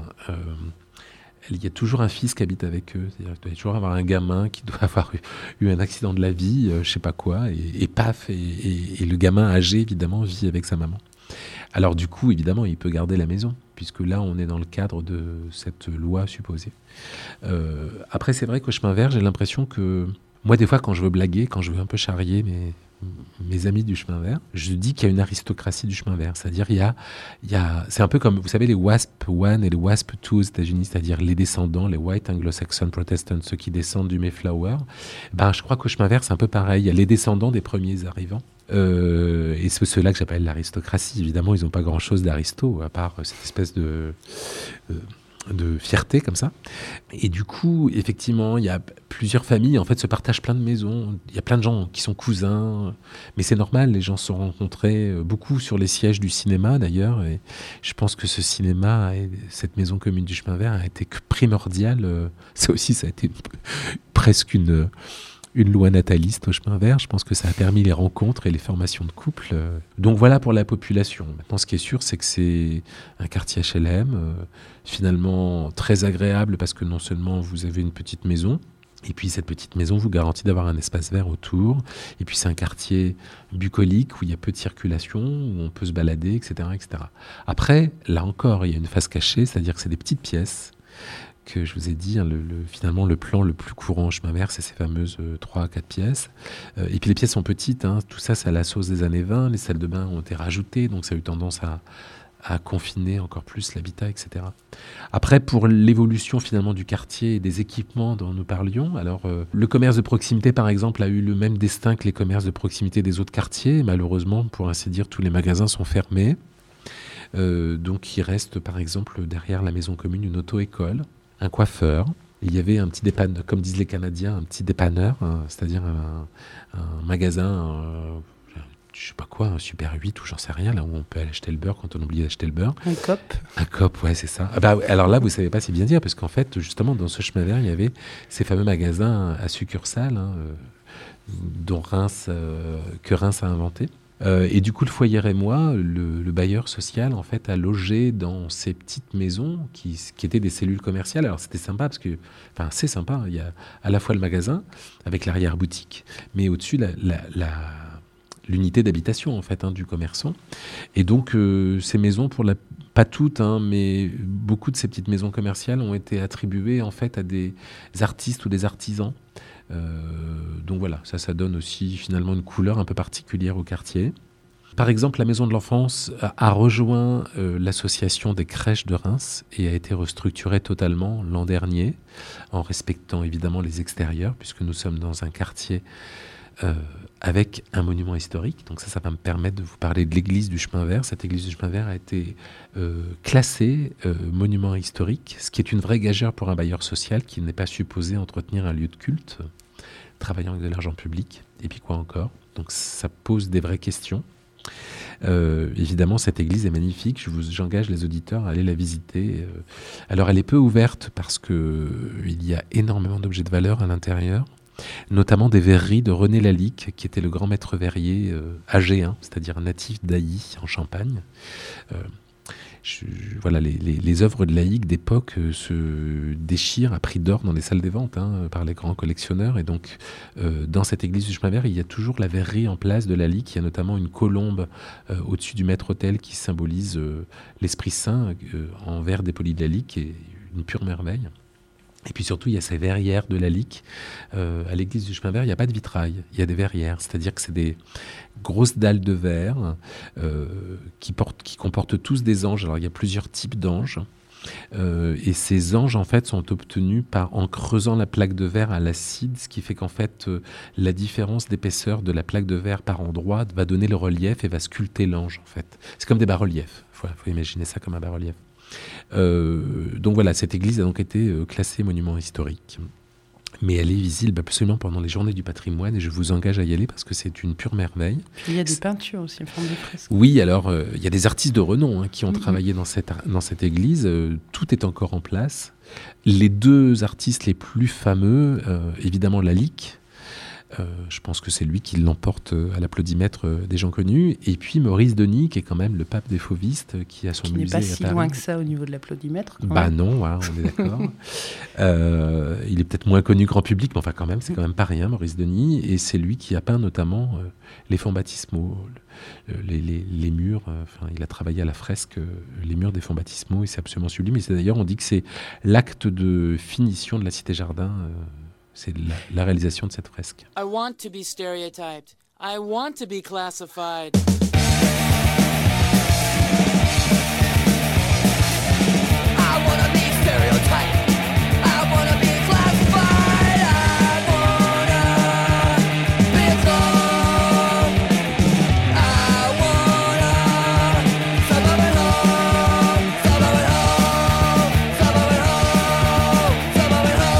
il y a toujours un fils qui habite avec eux. C'est-à-dire qu'il doit toujours avoir un gamin qui doit avoir eu un accident de la vie, je sais pas quoi, et paf, et le gamin âgé, évidemment, vit avec sa maman. Alors du coup, évidemment, il peut garder la maison, puisque là, on est dans le cadre de cette loi supposée. Après, c'est vrai qu'au chemin vert, j'ai l'impression que moi, des fois, quand je veux blaguer, quand je veux un peu charrier mes amis du chemin vert, je dis qu'il y a une aristocratie du chemin vert. C'est-à-dire, c'est un peu comme, vous savez, les WASP 1 et les WASP 2 aux États-Unis, c'est-à-dire les descendants, les White Anglo-Saxon Protestants, ceux qui descendent du Mayflower. Je crois qu'au chemin vert, c'est un peu pareil. Il y a les descendants des premiers arrivants. Et c'est ceux-là que j'appelle l'aristocratie. Évidemment, ils n'ont pas grand-chose d'aristo, à part cette espèce de fierté comme ça. Et du coup, effectivement, il y a plusieurs familles, en fait, se partagent plein de maisons. Il y a plein de gens qui sont cousins. Mais c'est normal, les gens se sont rencontrés beaucoup sur les sièges du cinéma, d'ailleurs. Et je pense que ce cinéma, et cette maison commune du chemin vert, a été primordial. Ça aussi, ça a été presque une loi nataliste au chemin vert. Je pense que ça a permis les rencontres et les formations de couples. Donc voilà pour la population. Maintenant, ce qui est sûr, c'est que c'est un quartier HLM, finalement très agréable parce que non seulement vous avez une petite maison, et puis cette petite maison vous garantit d'avoir un espace vert autour. Et puis c'est un quartier bucolique où il y a peu de circulation, où on peut se balader, etc., etc. Après, là encore, il y a une face cachée, c'est-à-dire que c'est des petites pièces que je vous ai dit, finalement, le plan le plus courant au chemin vert, c'est ces fameuses 3 à 4 pièces. Et puis les pièces sont petites, tout ça, c'est à la sauce des années 20. Les salles de bain ont été rajoutées, donc ça a eu tendance à à confiner encore plus l'habitat, etc. Après, pour l'évolution finalement du quartier et des équipements dont nous parlions, alors le commerce de proximité, par exemple, a eu le même destin que les commerces de proximité des autres quartiers. Malheureusement, pour ainsi dire, tous les magasins sont fermés. Donc il reste, par exemple, derrière la maison commune, une auto-école, un coiffeur. Il y avait un petit dépanneur, comme disent les Canadiens, un petit dépanneur, c'est-à-dire un magasin, je sais pas quoi, un Super 8 ou j'en sais rien, là où on peut aller acheter le beurre quand on oublie d'acheter le beurre. Un COP. Un COP, ouais, c'est ça. Alors là, vous savez pas si bien dire, parce qu'en fait, justement, dans ce chemin vert, il y avait ces fameux magasins à succursales, dont Reims a inventé. Et du coup, le foyer Rémois, le bailleur social, en fait, a logé dans ces petites maisons qui étaient des cellules commerciales. Alors, c'était sympa parce que, enfin, c'est sympa. Il y a à la fois le magasin avec l'arrière-boutique, mais au-dessus, l'unité d'habitation, en fait, du commerçant. Et donc, ces maisons, pas toutes, mais beaucoup de ces petites maisons commerciales ont été attribuées, en fait, à des artistes ou des artisans. Donc voilà, ça donne aussi finalement une couleur un peu particulière au quartier. Par exemple, la Maison de l'Enfance a rejoint l'association des crèches de Reims et a été restructurée totalement l'an dernier, en respectant évidemment les extérieurs, puisque nous sommes dans un quartier avec un monument historique. Donc ça va me permettre de vous parler de l'église du Chemin Vert. Cette église du Chemin Vert a été classée monument historique, ce qui est une vraie gageure pour un bailleur social qui n'est pas supposé entretenir un lieu de culte, travaillant avec de l'argent public, et puis quoi encore. Donc ça pose des vraies questions. Évidemment, cette église est magnifique. J'engage les auditeurs à aller la visiter. Alors elle est peu ouverte parce qu'il y a énormément d'objets de valeur à l'intérieur, notamment des verreries de René Lalique, qui était le grand maître verrier agéen, c'est-à-dire natif d'Ailly, en Champagne. Voilà, les œuvres de Lalique d'époque se déchirent à prix d'or dans les salles des ventes par les grands collectionneurs. Et donc, dans cette église du Chemin Vert, il y a toujours la verrerie en place de Lalique. Il y a notamment une colombe au-dessus du maître-autel qui symbolise l'Esprit Saint en verre dépoli de Lalique, et une pure merveille. Et puis surtout, il y a ces verrières de Lalique. À l'église du Chemin Vert, il n'y a pas de vitrail, il y a des verrières. C'est-à-dire que c'est des grosses dalles de verre qui comportent tous des anges. Alors, il y a plusieurs types d'anges. Et ces anges, en fait, sont obtenus en creusant la plaque de verre à l'acide, ce qui fait qu'en fait, la différence d'épaisseur de la plaque de verre par endroit va donner le relief et va sculpter l'ange, en fait. C'est comme des bas-reliefs. Faut imaginer ça comme un bas-relief. Donc voilà, cette église a donc été classée monument historique. Mais elle est visible absolument pendant les journées du patrimoine et je vous engage à y aller parce que c'est une pure merveille. Puis il y a des peintures aussi, en forme de fresques. Oui, alors il y a des artistes de renom qui ont travaillé dans cette église. Tout est encore en place. Les deux artistes les plus fameux, évidemment Lalique. Je pense que c'est lui qui l'emporte à l'applaudimètre des gens connus. Et puis Maurice Denis, qui est quand même le pape des fauvistes, qui a son musée à Paris. Qui n'est pas si loin que ça au niveau de l'applaudimètre. Non, on est d'accord. Il est peut-être moins connu grand public, mais enfin quand même, c'est quand même pas rien, Maurice Denis. Et c'est lui qui a peint notamment les fonds baptismaux, les murs. Il a travaillé à la fresque les murs des fonds baptismaux et c'est absolument sublime. Et c'est d'ailleurs, on dit que c'est l'acte de finition de la Cité-Jardin. C'est la réalisation de cette fresque. I want to be stereotyped. I want to be classified. I want to be stereotyped. I want to be classified. I want to be a clone. I want to suburban home, suburban home, suburban home, suburban home.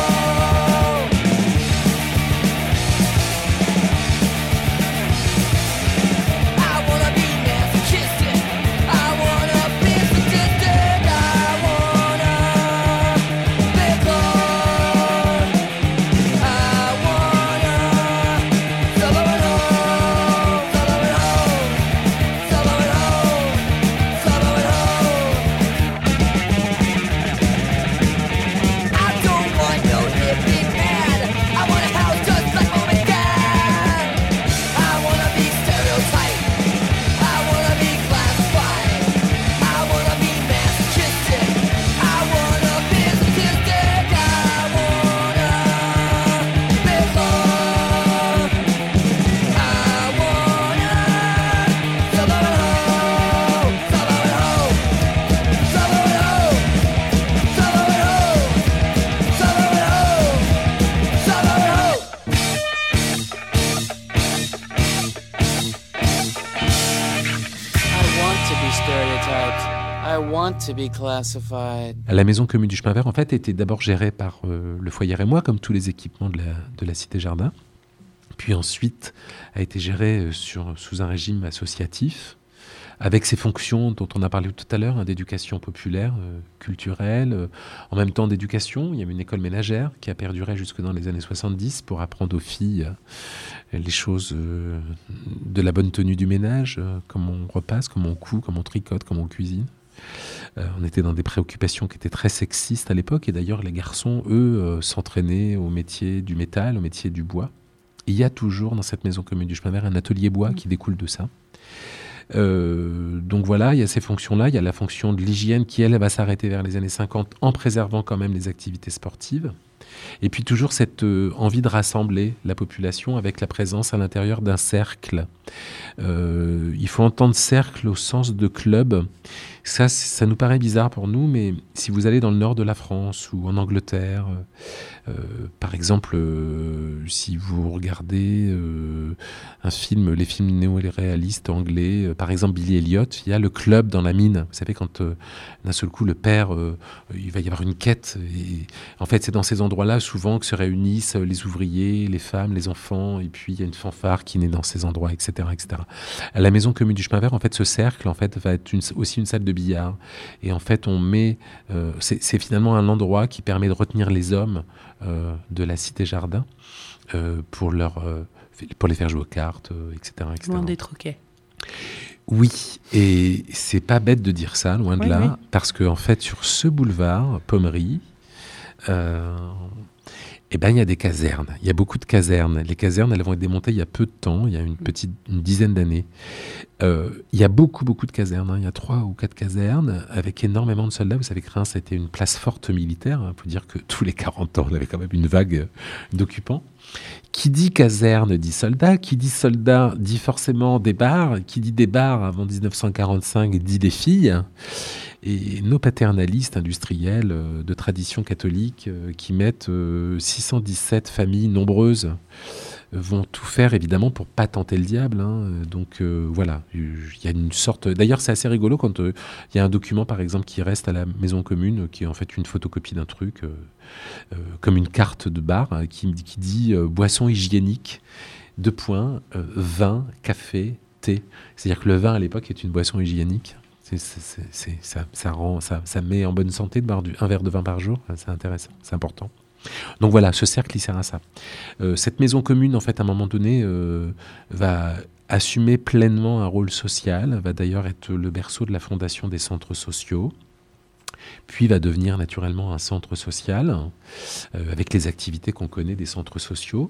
I want to be stereotyped. I want to be classified. La maison commune du chemin vert, en fait, était d'abord gérée par le foyer Rémois, comme tous les équipements de la cité Jardin. Puis ensuite, a été gérée sous un régime associatif, avec ses fonctions dont on a parlé tout à l'heure, d'éducation populaire, culturelle, en même temps d'éducation. Il y avait une école ménagère qui a perduré jusque dans les années 70 pour apprendre aux filles les choses de la bonne tenue du ménage, comment on repasse, comment on coud, comment on tricote, comment on cuisine. On était dans des préoccupations qui étaient très sexistes à l'époque, et d'ailleurs les garçons, eux, s'entraînaient au métier du métal, au métier du bois. Et il y a toujours dans cette maison commune du chemin vert un atelier bois qui découle de ça. Donc voilà, il y a ces fonctions-là. Il y a la fonction de l'hygiène qui, elle, va s'arrêter vers les années 50 en préservant quand même les activités sportives. Et puis toujours cette envie de rassembler la population avec la présence à l'intérieur d'un cercle. Il faut entendre cercle au sens de club. Ça nous paraît bizarre pour nous, mais si vous allez dans le nord de la France ou en Angleterre, par exemple, si vous regardez les films néo-réalistes anglais, par exemple Billy Elliot, il y a le club dans la mine. Vous savez, quand d'un seul coup le père, il va y avoir une quête. Et, en fait, c'est dans ces endroits-là souvent que se réunissent les ouvriers, les femmes, les enfants, et puis il y a une fanfare qui naît dans ces endroits, etc., etc. À la maison commune du chemin vert, en fait, ce cercle, en fait, va être aussi une salle de billard. Et en fait, on met, c'est finalement un endroit qui permet de retenir les hommes de la cité Jardin pour les faire jouer aux cartes, etc., etc. Loin des troquets. Oui, et c'est pas bête de dire ça, loin de là, oui. parce qu'en fait, sur ce boulevard, Pommery, il y a des casernes. Il y a beaucoup de casernes. Les casernes, elles vont être démontées il y a peu de temps, il y a une dizaine d'années. Il y a beaucoup de casernes. Il y a 3 ou 4 casernes avec énormément de soldats. Vous savez que Reims, c'était une place forte militaire. Il faut dire que tous les 40 ans, on avait quand même une vague d'occupants. Qui dit caserne dit soldat. Qui dit soldat dit forcément des bars. Qui dit des bars avant 1945 dit des filles. Et nos paternalistes industriels de tradition catholique qui mettent 617 familles nombreuses vont tout faire évidemment pour pas tenter le diable. Donc voilà, il y a une sorte... D'ailleurs, c'est assez rigolo quand il y a un document, par exemple, qui reste à la maison commune, qui est en fait une photocopie d'un truc, comme une carte de bar, qui dit boisson hygiénique, : vin, café, thé. C'est-à-dire que le vin, à l'époque, est une boisson hygiénique. Ça met en bonne santé de boire un verre de vin par jour. C'est intéressant, c'est important. Donc voilà, ce cercle, il sert à ça. Cette maison commune, en fait, à un moment donné, va assumer pleinement un rôle social, va d'ailleurs être le berceau de la fondation des centres sociaux, puis va devenir naturellement un centre social, avec les activités qu'on connaît des centres sociaux.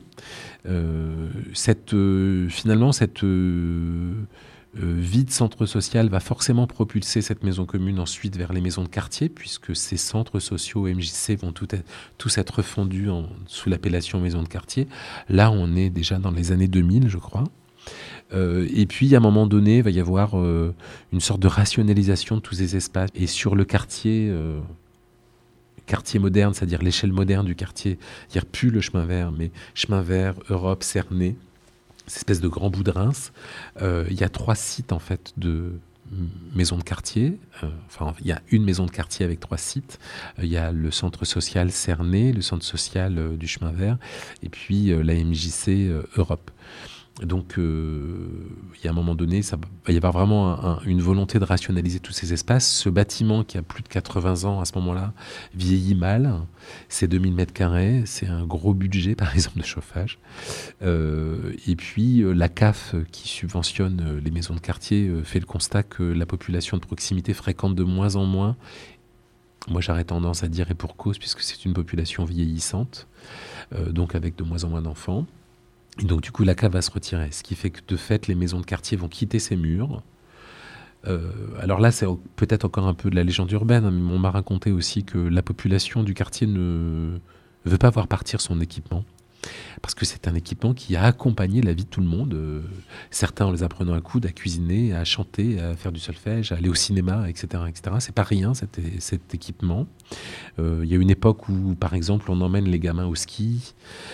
Finalement, cette vie de centre social va forcément propulser cette maison commune ensuite vers les maisons de quartier, puisque ces centres sociaux MJC vont tous être fondus sous l'appellation maison de quartier. Là, on est déjà dans les années 2000, je crois. Et puis, à un moment donné, il va y avoir une sorte de rationalisation de tous ces espaces. Et sur le quartier moderne, c'est-à-dire l'échelle moderne du quartier, il n'y a plus le chemin vert, mais chemin vert, Europe, Cernay, cette espèce de grand bout de Reims. Il y a 3 sites en fait de maisons de quartier. Il y a une maison de quartier avec 3 sites. Il y a le centre social Cernay, le centre social du chemin vert, et puis la MJC Europe. Donc, il y a un moment donné, ça va y avoir vraiment une volonté de rationaliser tous ces espaces. Ce bâtiment qui a plus de 80 ans à ce moment-là vieillit mal. C'est 2000 m², c'est un gros budget, par exemple, de chauffage. Et puis, la CAF qui subventionne les maisons de quartier fait le constat que la population de proximité fréquente de moins en moins. Moi, j'aurais tendance à dire et pour cause, puisque c'est une population vieillissante, donc avec de moins en moins d'enfants. Et donc, du coup, la CAF va se retirer. Ce qui fait que, de fait, les maisons de quartier vont quitter ces murs. Alors là, c'est peut-être encore un peu de la légende urbaine, mais on m'a raconté aussi que la population du quartier ne veut pas voir partir son équipement. Parce que c'est un équipement qui a accompagné la vie de tout le monde. Certains en les apprenant à coudre, à cuisiner, à chanter, à faire du solfège, à aller au cinéma, etc. etc. C'est pas rien, cet équipement. Il y a une époque où, par exemple, on emmène les gamins au ski.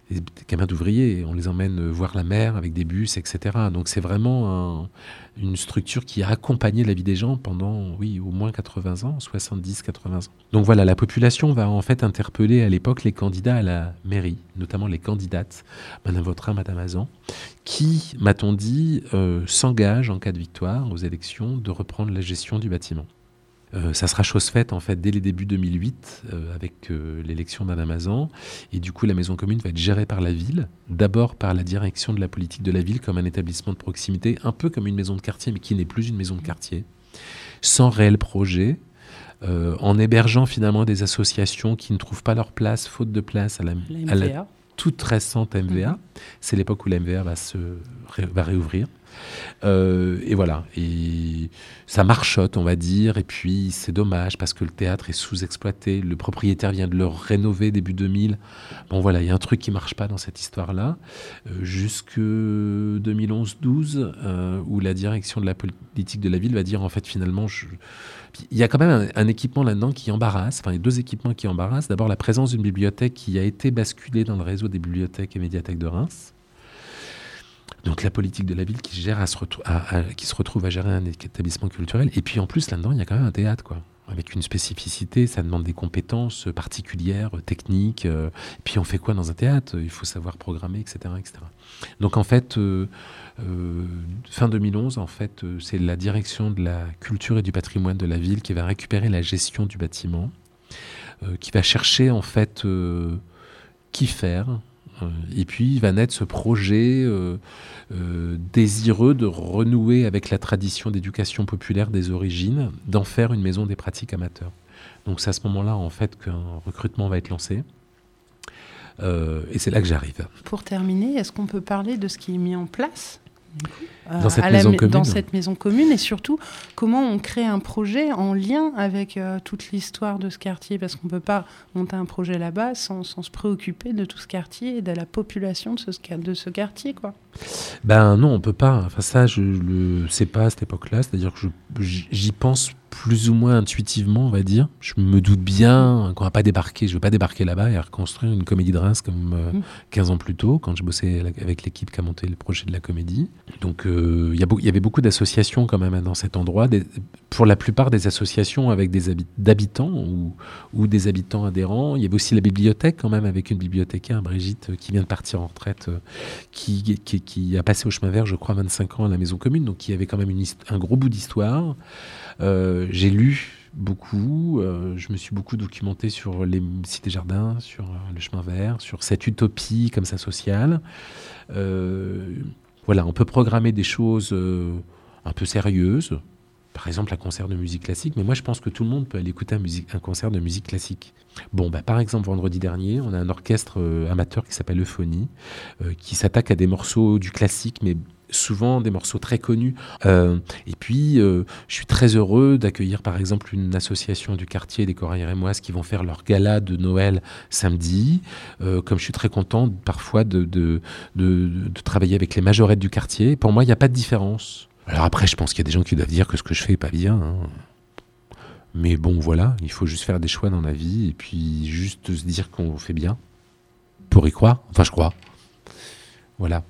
des gamins d'ouvriers. On les emmène voir la mer avec des bus, etc. Donc c'est vraiment une structure qui a accompagné la vie des gens pendant, au moins 80 ans, 70, 80 ans. Donc voilà, la population va en fait interpeller à l'époque les candidats à la mairie, notamment les candidates, Madame Vautrin, Madame Azan, qui, m'a-t-on dit, s'engagent en cas de victoire aux élections de reprendre la gestion du bâtiment. Ça sera chose faite en fait dès les débuts 2008 avec l'élection d'Madame Azan, et du coup la maison commune va être gérée par la ville, d'abord par la direction de la politique de la ville comme un établissement de proximité, un peu comme une maison de quartier mais qui n'est plus une maison de quartier, sans réel projet, en hébergeant finalement des associations qui ne trouvent pas leur place, faute de place à la toute récente MVA. C'est l'époque où la MVA va réouvrir. Et voilà, et ça marchote, on va dire, et puis c'est dommage parce que le théâtre est sous-exploité, le propriétaire vient de le rénover début 2000. Bon voilà, il y a un truc qui marche pas dans cette histoire-là, jusque 2011-12, où la direction de la politique de la ville va dire en fait finalement, il y a quand même un équipement là-dedans qui embarrasse, enfin il y a deux équipements qui embarrassent. D'abord la présence d'une bibliothèque qui a été basculée dans le réseau des bibliothèques et médiathèques de Reims. Donc la politique de la ville qui se retrouve à gérer un établissement culturel. Et puis en plus, là-dedans, il y a quand même un théâtre, quoi, avec une spécificité. Ça demande des compétences particulières, techniques. Et puis on fait quoi dans un théâtre ? Il faut savoir programmer, etc. etc. Donc en fait, fin 2011, en fait, c'est la direction de la culture et du patrimoine de la ville qui va récupérer la gestion du bâtiment, qui va chercher en fait qui faire. Et puis va naître ce projet désireux de renouer avec la tradition d'éducation populaire des origines, d'en faire une maison des pratiques amateurs. Donc c'est à ce moment-là en fait qu'un recrutement va être lancé. Et c'est là que j'arrive. Pour terminer, est-ce qu'on peut parler de ce qui est mis en place dans cette maison commune, et surtout comment on crée un projet en lien avec toute l'histoire de ce quartier, parce qu'on ne peut pas monter un projet là-bas sans se préoccuper de tout ce quartier et de la population de ce quartier, quoi. Ben non, on ne peut pas. Enfin ça, je le sais pas à cette époque-là, c'est-à-dire que j'y pense plus ou moins intuitivement, on va dire. Je me doute bien qu'on va pas débarquer, je ne veux pas débarquer là-bas et reconstruire une comédie de Reims comme 15 ans plus tôt, quand je bossais avec l'équipe qui a monté le projet de la comédie. Donc il y avait beaucoup d'associations quand même dans cet endroit, pour la plupart des associations avec des d'habitants ou des habitants adhérents. Il y avait aussi la bibliothèque quand même, avec une bibliothécaire, Brigitte, qui vient de partir en retraite, qui a passé au chemin vert, je crois, 25 ans à la maison commune, donc qui avait quand même un gros bout d'histoire. J'ai lu beaucoup, je me suis beaucoup documenté sur les cités-jardins, sur le chemin vert, sur cette utopie comme ça sociale. Voilà, on peut programmer des choses un peu sérieuses, par exemple un concert de musique classique, mais moi je pense que tout le monde peut aller écouter un concert de musique classique. Bon, par exemple, vendredi dernier, on a un orchestre amateur qui s'appelle Euphonie, qui s'attaque à des morceaux du classique, mais souvent des morceaux très connus. Et puis, je suis très heureux d'accueillir par exemple une association du quartier des Corail Rémoises qui vont faire leur gala de Noël samedi. Comme je suis très content parfois de travailler avec les majorettes du quartier. Pour moi, il n'y a pas de différence. Alors après, je pense qu'il y a des gens qui doivent dire que ce que je fais n'est pas bien, hein. Mais bon, voilà, il faut juste faire des choix dans la vie et puis juste se dire qu'on fait bien pour y croire. Enfin, je crois. Voilà.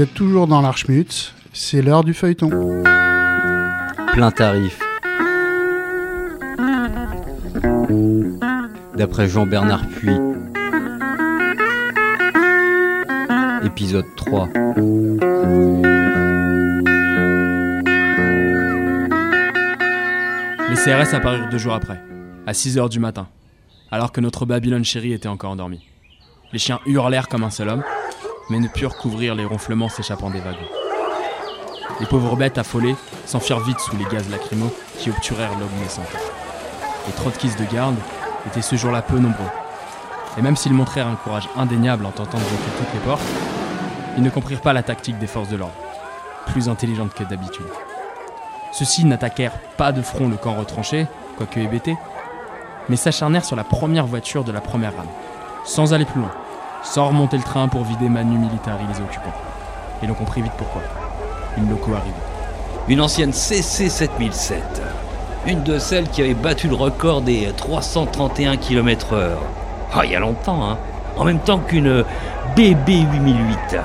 êtes toujours dans l'Archmutz, c'est l'heure du feuilleton. Plein tarif. D'après Jean-Bernard Puy. Épisode 3. Les CRS apparurent 2 jours après, à 6h du matin, alors que notre Babylone chérie était encore endormie. Les chiens hurlèrent comme un seul homme, mais ne purent couvrir les ronflements s'échappant des wagons. Les pauvres bêtes affolées s'enfuirent vite sous les gaz lacrymaux qui obturèrent l'aube naissante. Les trotskistes de garde étaient ce jour-là peu nombreux, et même s'ils montrèrent un courage indéniable en tentant de bloquer toutes les portes, ils ne comprirent pas la tactique des forces de l'ordre, plus intelligente que d'habitude. Ceux-ci n'attaquèrent pas de front le camp retranché, quoique hébété, mais s'acharnèrent sur la première voiture de la première rame, sans aller plus loin, sans remonter le train pour vider Manu Militari les occupants. Et l'on comprit vite pourquoi. Une loco arrivait. Une ancienne CC 7007. Une de celles qui avait battu le record des 331 km/h. Ah, il y a longtemps, hein. En même temps qu'une BB 8008.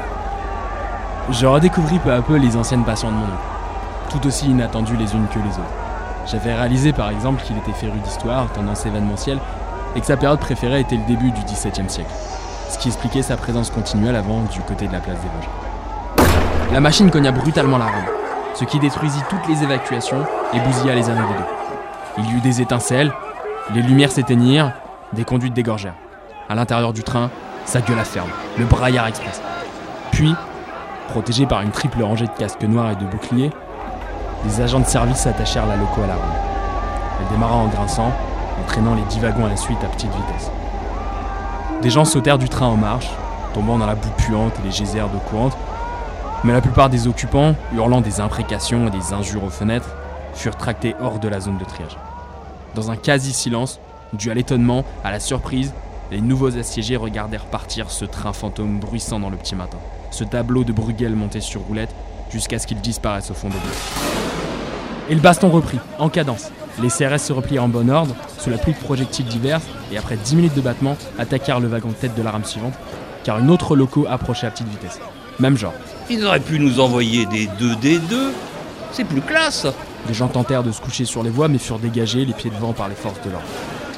Je redécouvris peu à peu les anciennes passions de mon oncle, tout aussi inattendues les unes que les autres. J'avais réalisé par exemple qu'il était féru d'histoire, tendance événementielle, et que sa période préférée était le début du XVIIe siècle, ce qui expliquait sa présence continuelle avant du côté de la place des Vosges. La machine cogna brutalement la rame, ce qui détruisit toutes les évacuations et bousilla les arrivées d'eau. Il y eut des étincelles, les lumières s'éteignirent, des conduites dégorgèrent. À l'intérieur du train, ça gueula ferme, le braillard express. Puis, protégés par une triple rangée de casques noirs et de boucliers, les agents de service attachèrent la loco à la rame. Elle démarra en grinçant, entraînant les 10 wagons à la suite à petite vitesse. Des gens sautèrent du train en marche, tombant dans la boue puante et les geysers d'eau courante, mais la plupart des occupants, hurlant des imprécations et des injures aux fenêtres, furent tractés hors de la zone de triage. Dans un quasi-silence, dû à l'étonnement, à la surprise, les nouveaux assiégés regardèrent partir ce train fantôme bruissant dans le petit matin, ce tableau de Bruegel monté sur roulette, jusqu'à ce qu'il disparaisse au fond de l'eau. Et le baston reprit, en cadence. Les CRS se replièrent en bon ordre, sous la pluie de projectiles divers, et après 10 minutes de battement, attaquèrent le wagon de tête de la rame suivante, car une autre loco approchait à petite vitesse. Même genre. Ils auraient pu nous envoyer des 2D2. C'est plus classe. Des gens tentèrent de se coucher sur les voies, mais furent dégagés, les pieds devant, par les forces de l'ordre.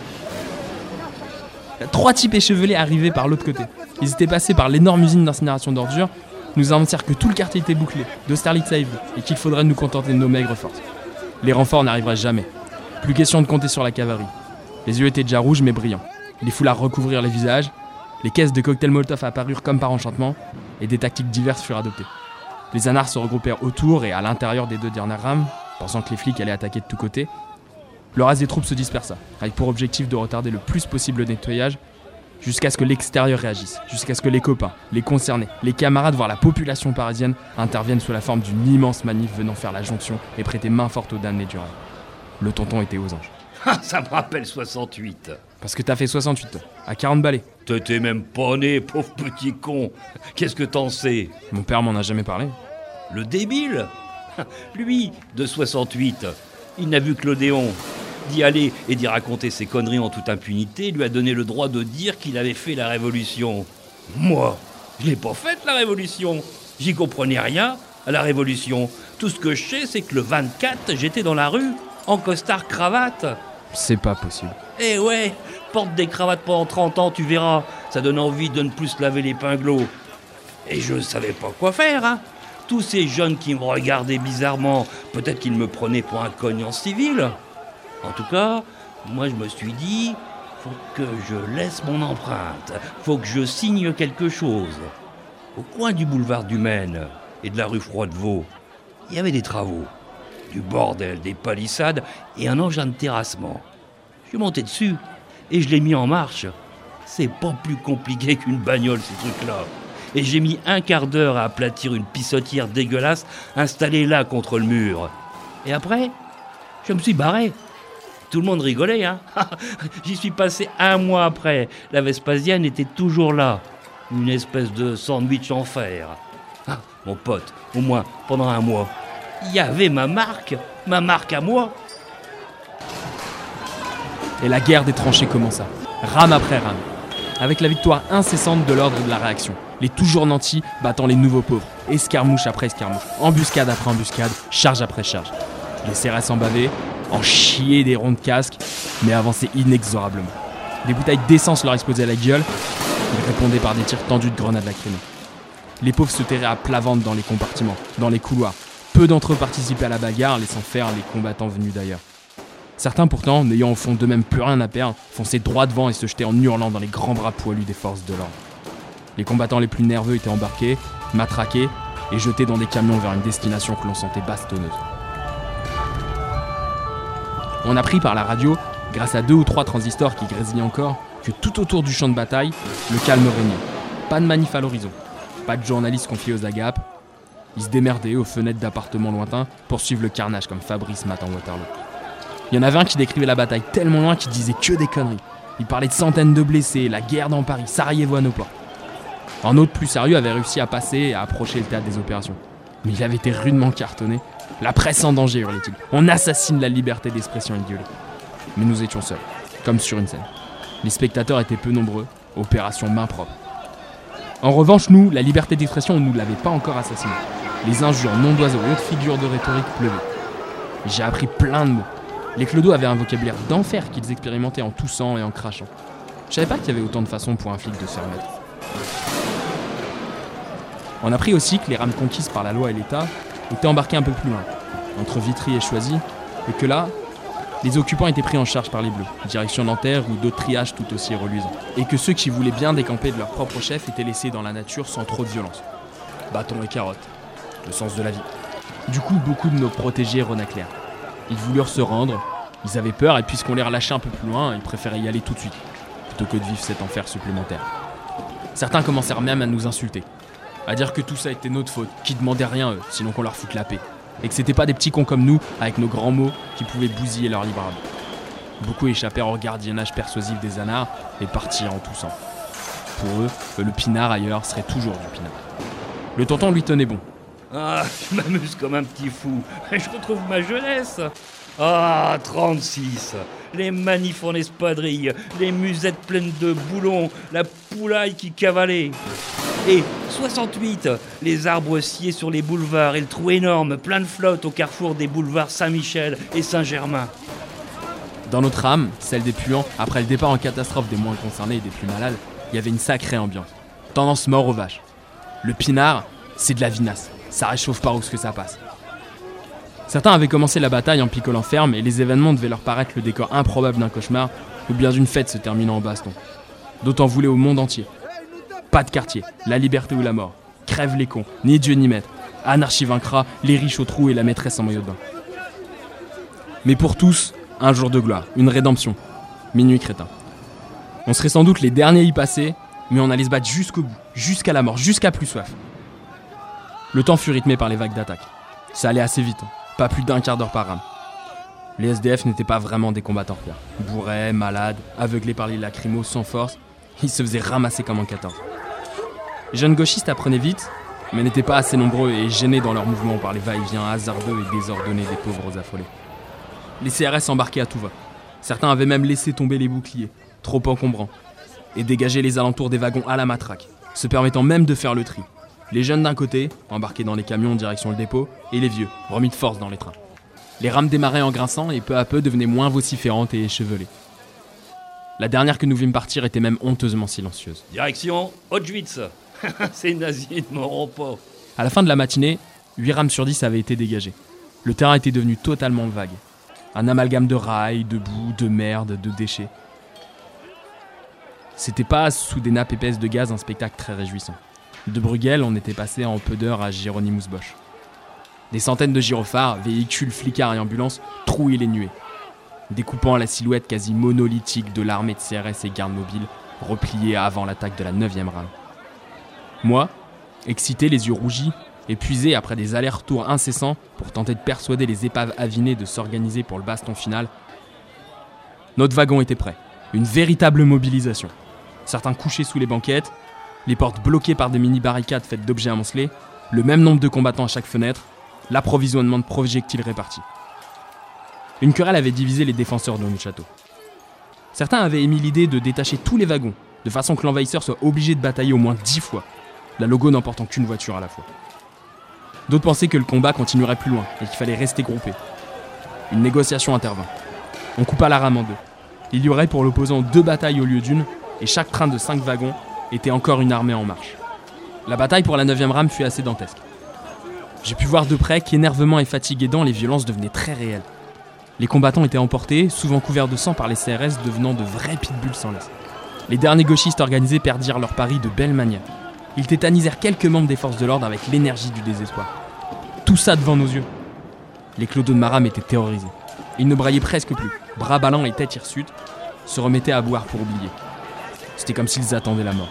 3 types échevelés arrivaient par l'autre côté. Ils étaient passés par l'énorme usine d'incinération d'ordures, nous annoncèrent que tout le quartier était bouclé, d'Austerlitz à Ivry, et qu'il faudrait nous contenter de nos maigres forces. Les renforts n'arriveraient jamais. Plus question de compter sur la cavalerie. Les yeux étaient déjà rouges mais brillants. Les foulards recouvrirent les visages, les caisses de cocktails Molotov apparurent comme par enchantement, et des tactiques diverses furent adoptées. Les anards se regroupèrent autour et à l'intérieur des 2 dernières rames, pensant que les flics allaient attaquer de tous côtés. Le reste des troupes se dispersa, avec pour objectif de retarder le plus possible le nettoyage, jusqu'à ce que l'extérieur réagisse, jusqu'à ce que les copains, les concernés, les camarades, voire la population parisienne interviennent sous la forme d'une immense manif venant faire la jonction et prêter main forte aux damnés du rail. Le tonton était aux anges. Ah, ça me rappelle 68. Parce que t'as fait 68, toi, à 40 balais. T'étais même pas né, pauvre petit con. Qu'est-ce que t'en sais? Mon père m'en a jamais parlé. Le débile? Lui, de 68, il n'a vu que l'Odéon. D'y aller et d'y raconter ses conneries en toute impunité lui a donné le droit de dire qu'il avait fait la révolution. Moi, je l'ai pas faite, la révolution. J'y comprenais rien à la révolution. Tout ce que je sais, c'est que le 24, j'étais dans la rue, en costard-cravate. C'est pas possible. Eh ouais, porte des cravates pendant 30 ans, tu verras. Ça donne envie de ne plus se laver les pinglots. Et je savais pas quoi faire, hein. Tous ces jeunes qui me regardaient bizarrement, peut-être qu'ils me prenaient pour un cognant civil. En tout cas, moi je me suis dit, faut que je laisse mon empreinte, faut que je signe quelque chose. Au coin du boulevard du Maine et de la rue Froidevaux, il y avait des travaux, du bordel, des palissades et un engin de terrassement. Je suis monté dessus et je l'ai mis en marche. C'est pas plus compliqué qu'une bagnole ces trucs-là. Et j'ai mis un quart d'heure à aplatir une pissotière dégueulasse installée là contre le mur. Et après, je me suis barré. Tout le monde rigolait, hein. J'y suis passé 1 mois après. La Vespasienne était toujours là. Une espèce de sandwich en fer. Ah, mon pote, au moins pendant 1 mois. Il y avait ma marque à moi. Et la guerre des tranchées commença, rame après rame. avec la victoire incessante de l'ordre de la réaction. Les toujours nantis battant les nouveaux pauvres, escarmouche après escarmouche, embuscade après embuscade, charge après charge. Les CRS en bavaient, en chiaient des ronds de casque, mais avançaient inexorablement. Des bouteilles d'essence leur explosaient à la gueule, ils répondaient par des tirs tendus de grenades lacrymées. Les pauvres se terraient à plat ventre dans les compartiments, dans les couloirs. Peu d'entre eux participaient à la bagarre, laissant faire les combattants venus d'ailleurs. Certains pourtant, n'ayant au fond d'eux-mêmes plus rien à perdre, fonçaient droit devant et se jetaient en hurlant dans les grands bras poilus des forces de l'ordre. Les combattants les plus nerveux étaient embarqués, matraqués et jetés dans des camions vers une destination que l'on sentait bastonneuse. On apprit par la radio, grâce à 2 ou 3 transistors qui grésillaient encore, que tout autour du champ de bataille, le calme régnait. Pas de manif à l'horizon, pas de journalistes confiés aux agapes. Ils se démerdaient aux fenêtres d'appartements lointains pour suivre le carnage comme Fabrice matin Waterloo. Il y en avait un qui décrivait la bataille tellement loin qu'il disait que des conneries. Il parlait de centaines de blessés, la guerre dans Paris, Sarajevo à nos portes. Un autre plus sérieux avait réussi à passer et à approcher le théâtre des opérations. Mais il avait été rudement cartonné. La presse en danger, hurlait-il. On assassine la liberté d'expression, il gueulait. Mais nous étions seuls, comme sur une scène. Les spectateurs étaient peu nombreux, opération main propre. En revanche, nous, la liberté d'expression, on ne nous l'avait pas encore assassinée. Les injures, noms d'oiseaux et autres figures de rhétorique pleuvaient. J'ai appris plein de mots. Les clodos avaient un vocabulaire d'enfer qu'ils expérimentaient en toussant et en crachant. Je savais pas qu'il y avait autant de façons pour un flic de se faire mettre. On apprit aussi que les rames conquises par la loi et l'État étaient embarquées un peu plus loin, entre Vitry et Choisy, et que là, les occupants étaient pris en charge par les Bleus, direction Nanterre ou d'autres triages tout aussi reluisants. Et que ceux qui voulaient bien décamper de leur propre chef étaient laissés dans la nature sans trop de violence. Bâtons et carottes, le sens de la vie. Du coup, beaucoup de nos protégés renaclèrent. Ils voulurent se rendre, ils avaient peur et puisqu'on les relâchait un peu plus loin, ils préféraient y aller tout de suite, plutôt que de vivre cet enfer supplémentaire. Certains commencèrent même à nous insulter, à dire que tout ça était notre faute, qu'ils demandaient rien eux, sinon qu'on leur foute la paix, et que c'était pas des petits cons comme nous, avec nos grands mots, qui pouvaient bousiller leur libre arbitre. Beaucoup échappèrent au gardiennage persuasif des anards et partirent en toussant. Pour eux, le pinard ailleurs serait toujours du pinard. Le tonton lui tenait bon. Ah, je m'amuse comme un petit fou. Je retrouve ma jeunesse. Ah, 36. Les manifs en espadrille, les musettes pleines de boulons, la poulaille qui cavalait. Et 68, les arbres sciés sur les boulevards et le trou énorme, plein de flotte au carrefour des boulevards Saint-Michel et Saint-Germain. Dans notre âme, celle des puants, après le départ en catastrophe des moins concernés et des plus malades, il y avait une sacrée ambiance. Tendance mort aux vaches. Le pinard, c'est de la vinasse. Ça réchauffe par où ce que ça passe. Certains avaient commencé la bataille en picolant ferme et les événements devaient leur paraître le décor improbable d'un cauchemar ou bien d'une fête se terminant en baston. D'autres en voulaient au monde entier. Pas de quartier, la liberté ou la mort. Crève les cons, ni Dieu ni maître. Anarchie vaincra, les riches au trou et la maîtresse en maillot de bain. Mais pour tous, un jour de gloire, une rédemption. Minuit crétin. On serait sans doute les derniers à y passer, mais on allait se battre jusqu'au bout, jusqu'à la mort, jusqu'à plus soif. Le temps fut rythmé par les vagues d'attaque. Ça allait assez vite, pas plus d'1 quart d'heure par rame. Les SDF n'étaient pas vraiment des combattants fiers. Bourrés, malades, aveuglés par les lacrymos sans force, ils se faisaient ramasser comme en 14. Les jeunes gauchistes apprenaient vite, mais n'étaient pas assez nombreux et gênés dans leurs mouvements par les va-et-vient hasardeux et désordonnés des pauvres affolés. Les CRS embarquaient à tout va. Certains avaient même laissé tomber les boucliers, trop encombrants, et dégagé les alentours des wagons à la matraque, se permettant même de faire le tri. Les jeunes d'un côté, embarqués dans les camions en direction le dépôt, et les vieux, remis de force dans les trains. Les rames démarraient en grinçant et peu à peu devenaient moins vociférantes et échevelées. La dernière que nous vîmes partir était même honteusement silencieuse. Direction Auschwitz. Ces nazis ne m'auront pas. À la fin de la matinée, 8 rames sur 10 avaient été dégagées. Le terrain était devenu totalement vague. Un amalgame de rails, de boue, de merde, de déchets. C'était pas, sous des nappes épaisses de gaz, un spectacle très réjouissant. De Bruegel, on était passé en peu d'heures à Hieronymus Bosch. Des centaines de gyrophares, véhicules, flicards et ambulances trouaient les nuées, découpant la silhouette quasi monolithique de l'armée de CRS et gardes mobiles repliés avant l'attaque de la 9e rame. Moi, excité, les yeux rougis, épuisé après des allers-retours incessants pour tenter de persuader les épaves avinées de s'organiser pour le baston final, notre wagon était prêt. Une véritable mobilisation. Certains couchés sous les banquettes, les portes bloquées par des mini-barricades faites d'objets amoncelés, le même nombre de combattants à chaque fenêtre, l'approvisionnement de projectiles répartis. Une querelle avait divisé les défenseurs de notre château. Certains avaient émis l'idée de détacher tous les wagons, de façon que l'envahisseur soit obligé de batailler au moins 10 fois, la Logo n'emportant qu'une voiture à la fois. D'autres pensaient que le combat continuerait plus loin et qu'il fallait rester groupé. Une négociation intervint. On coupa la rame en deux. Il y aurait pour l'opposant 2 batailles au lieu d'une, et chaque train de 5 wagons était encore une armée en marche. La bataille pour la 9e rame fut assez dantesque. J'ai pu voir de près qu'énervement et fatigue aidant, les violences devenaient très réelles. Les combattants étaient emportés, souvent couverts de sang par les CRS, devenant de vrais pitbulls sans laisse. Les derniers gauchistes organisés perdirent leur pari de belle manière. Ils tétanisèrent quelques membres des forces de l'ordre avec l'énergie du désespoir. Tout ça devant nos yeux. Les clodos de ma rame étaient terrorisés. Ils ne braillaient presque plus, bras ballants et tête hirsute, se remettaient à boire pour oublier. C'était comme s'ils attendaient la mort.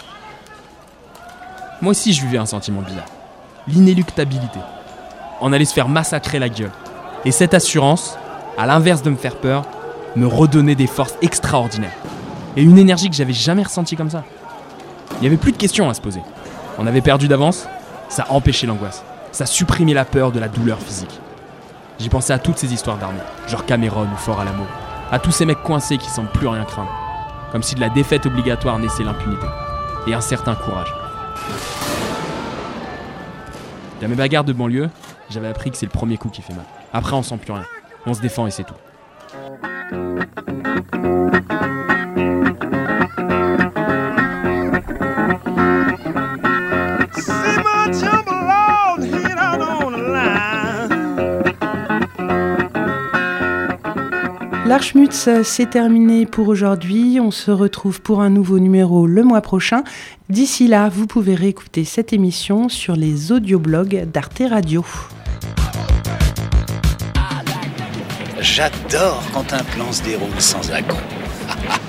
Moi aussi je vivais un sentiment bizarre. L'inéluctabilité. On allait se faire massacrer la gueule. Et cette assurance, à l'inverse de me faire peur, me redonnait des forces extraordinaires. Et une énergie que j'avais jamais ressentie comme ça. Il n'y avait plus de questions à se poser. On avait perdu d'avance, ça empêchait l'angoisse. Ça supprimait la peur de la douleur physique. J'y pensais à toutes ces histoires d'armée, genre Cameron ou Fort Alamo. À tous ces mecs coincés qui semblent plus rien craindre. Comme si de la défaite obligatoire naissait l'impunité. Et un certain courage. Dans mes bagarres de banlieue, j'avais appris que c'est le premier coup qui fait mal. Après, on sent plus rien. On se défend et c'est tout. L'Archmutz, c'est terminé pour aujourd'hui. On se retrouve pour un nouveau numéro le mois prochain. D'ici là, vous pouvez réécouter cette émission sur les audioblogs d'Arte Radio. J'adore quand un plan se déroule sans accroc.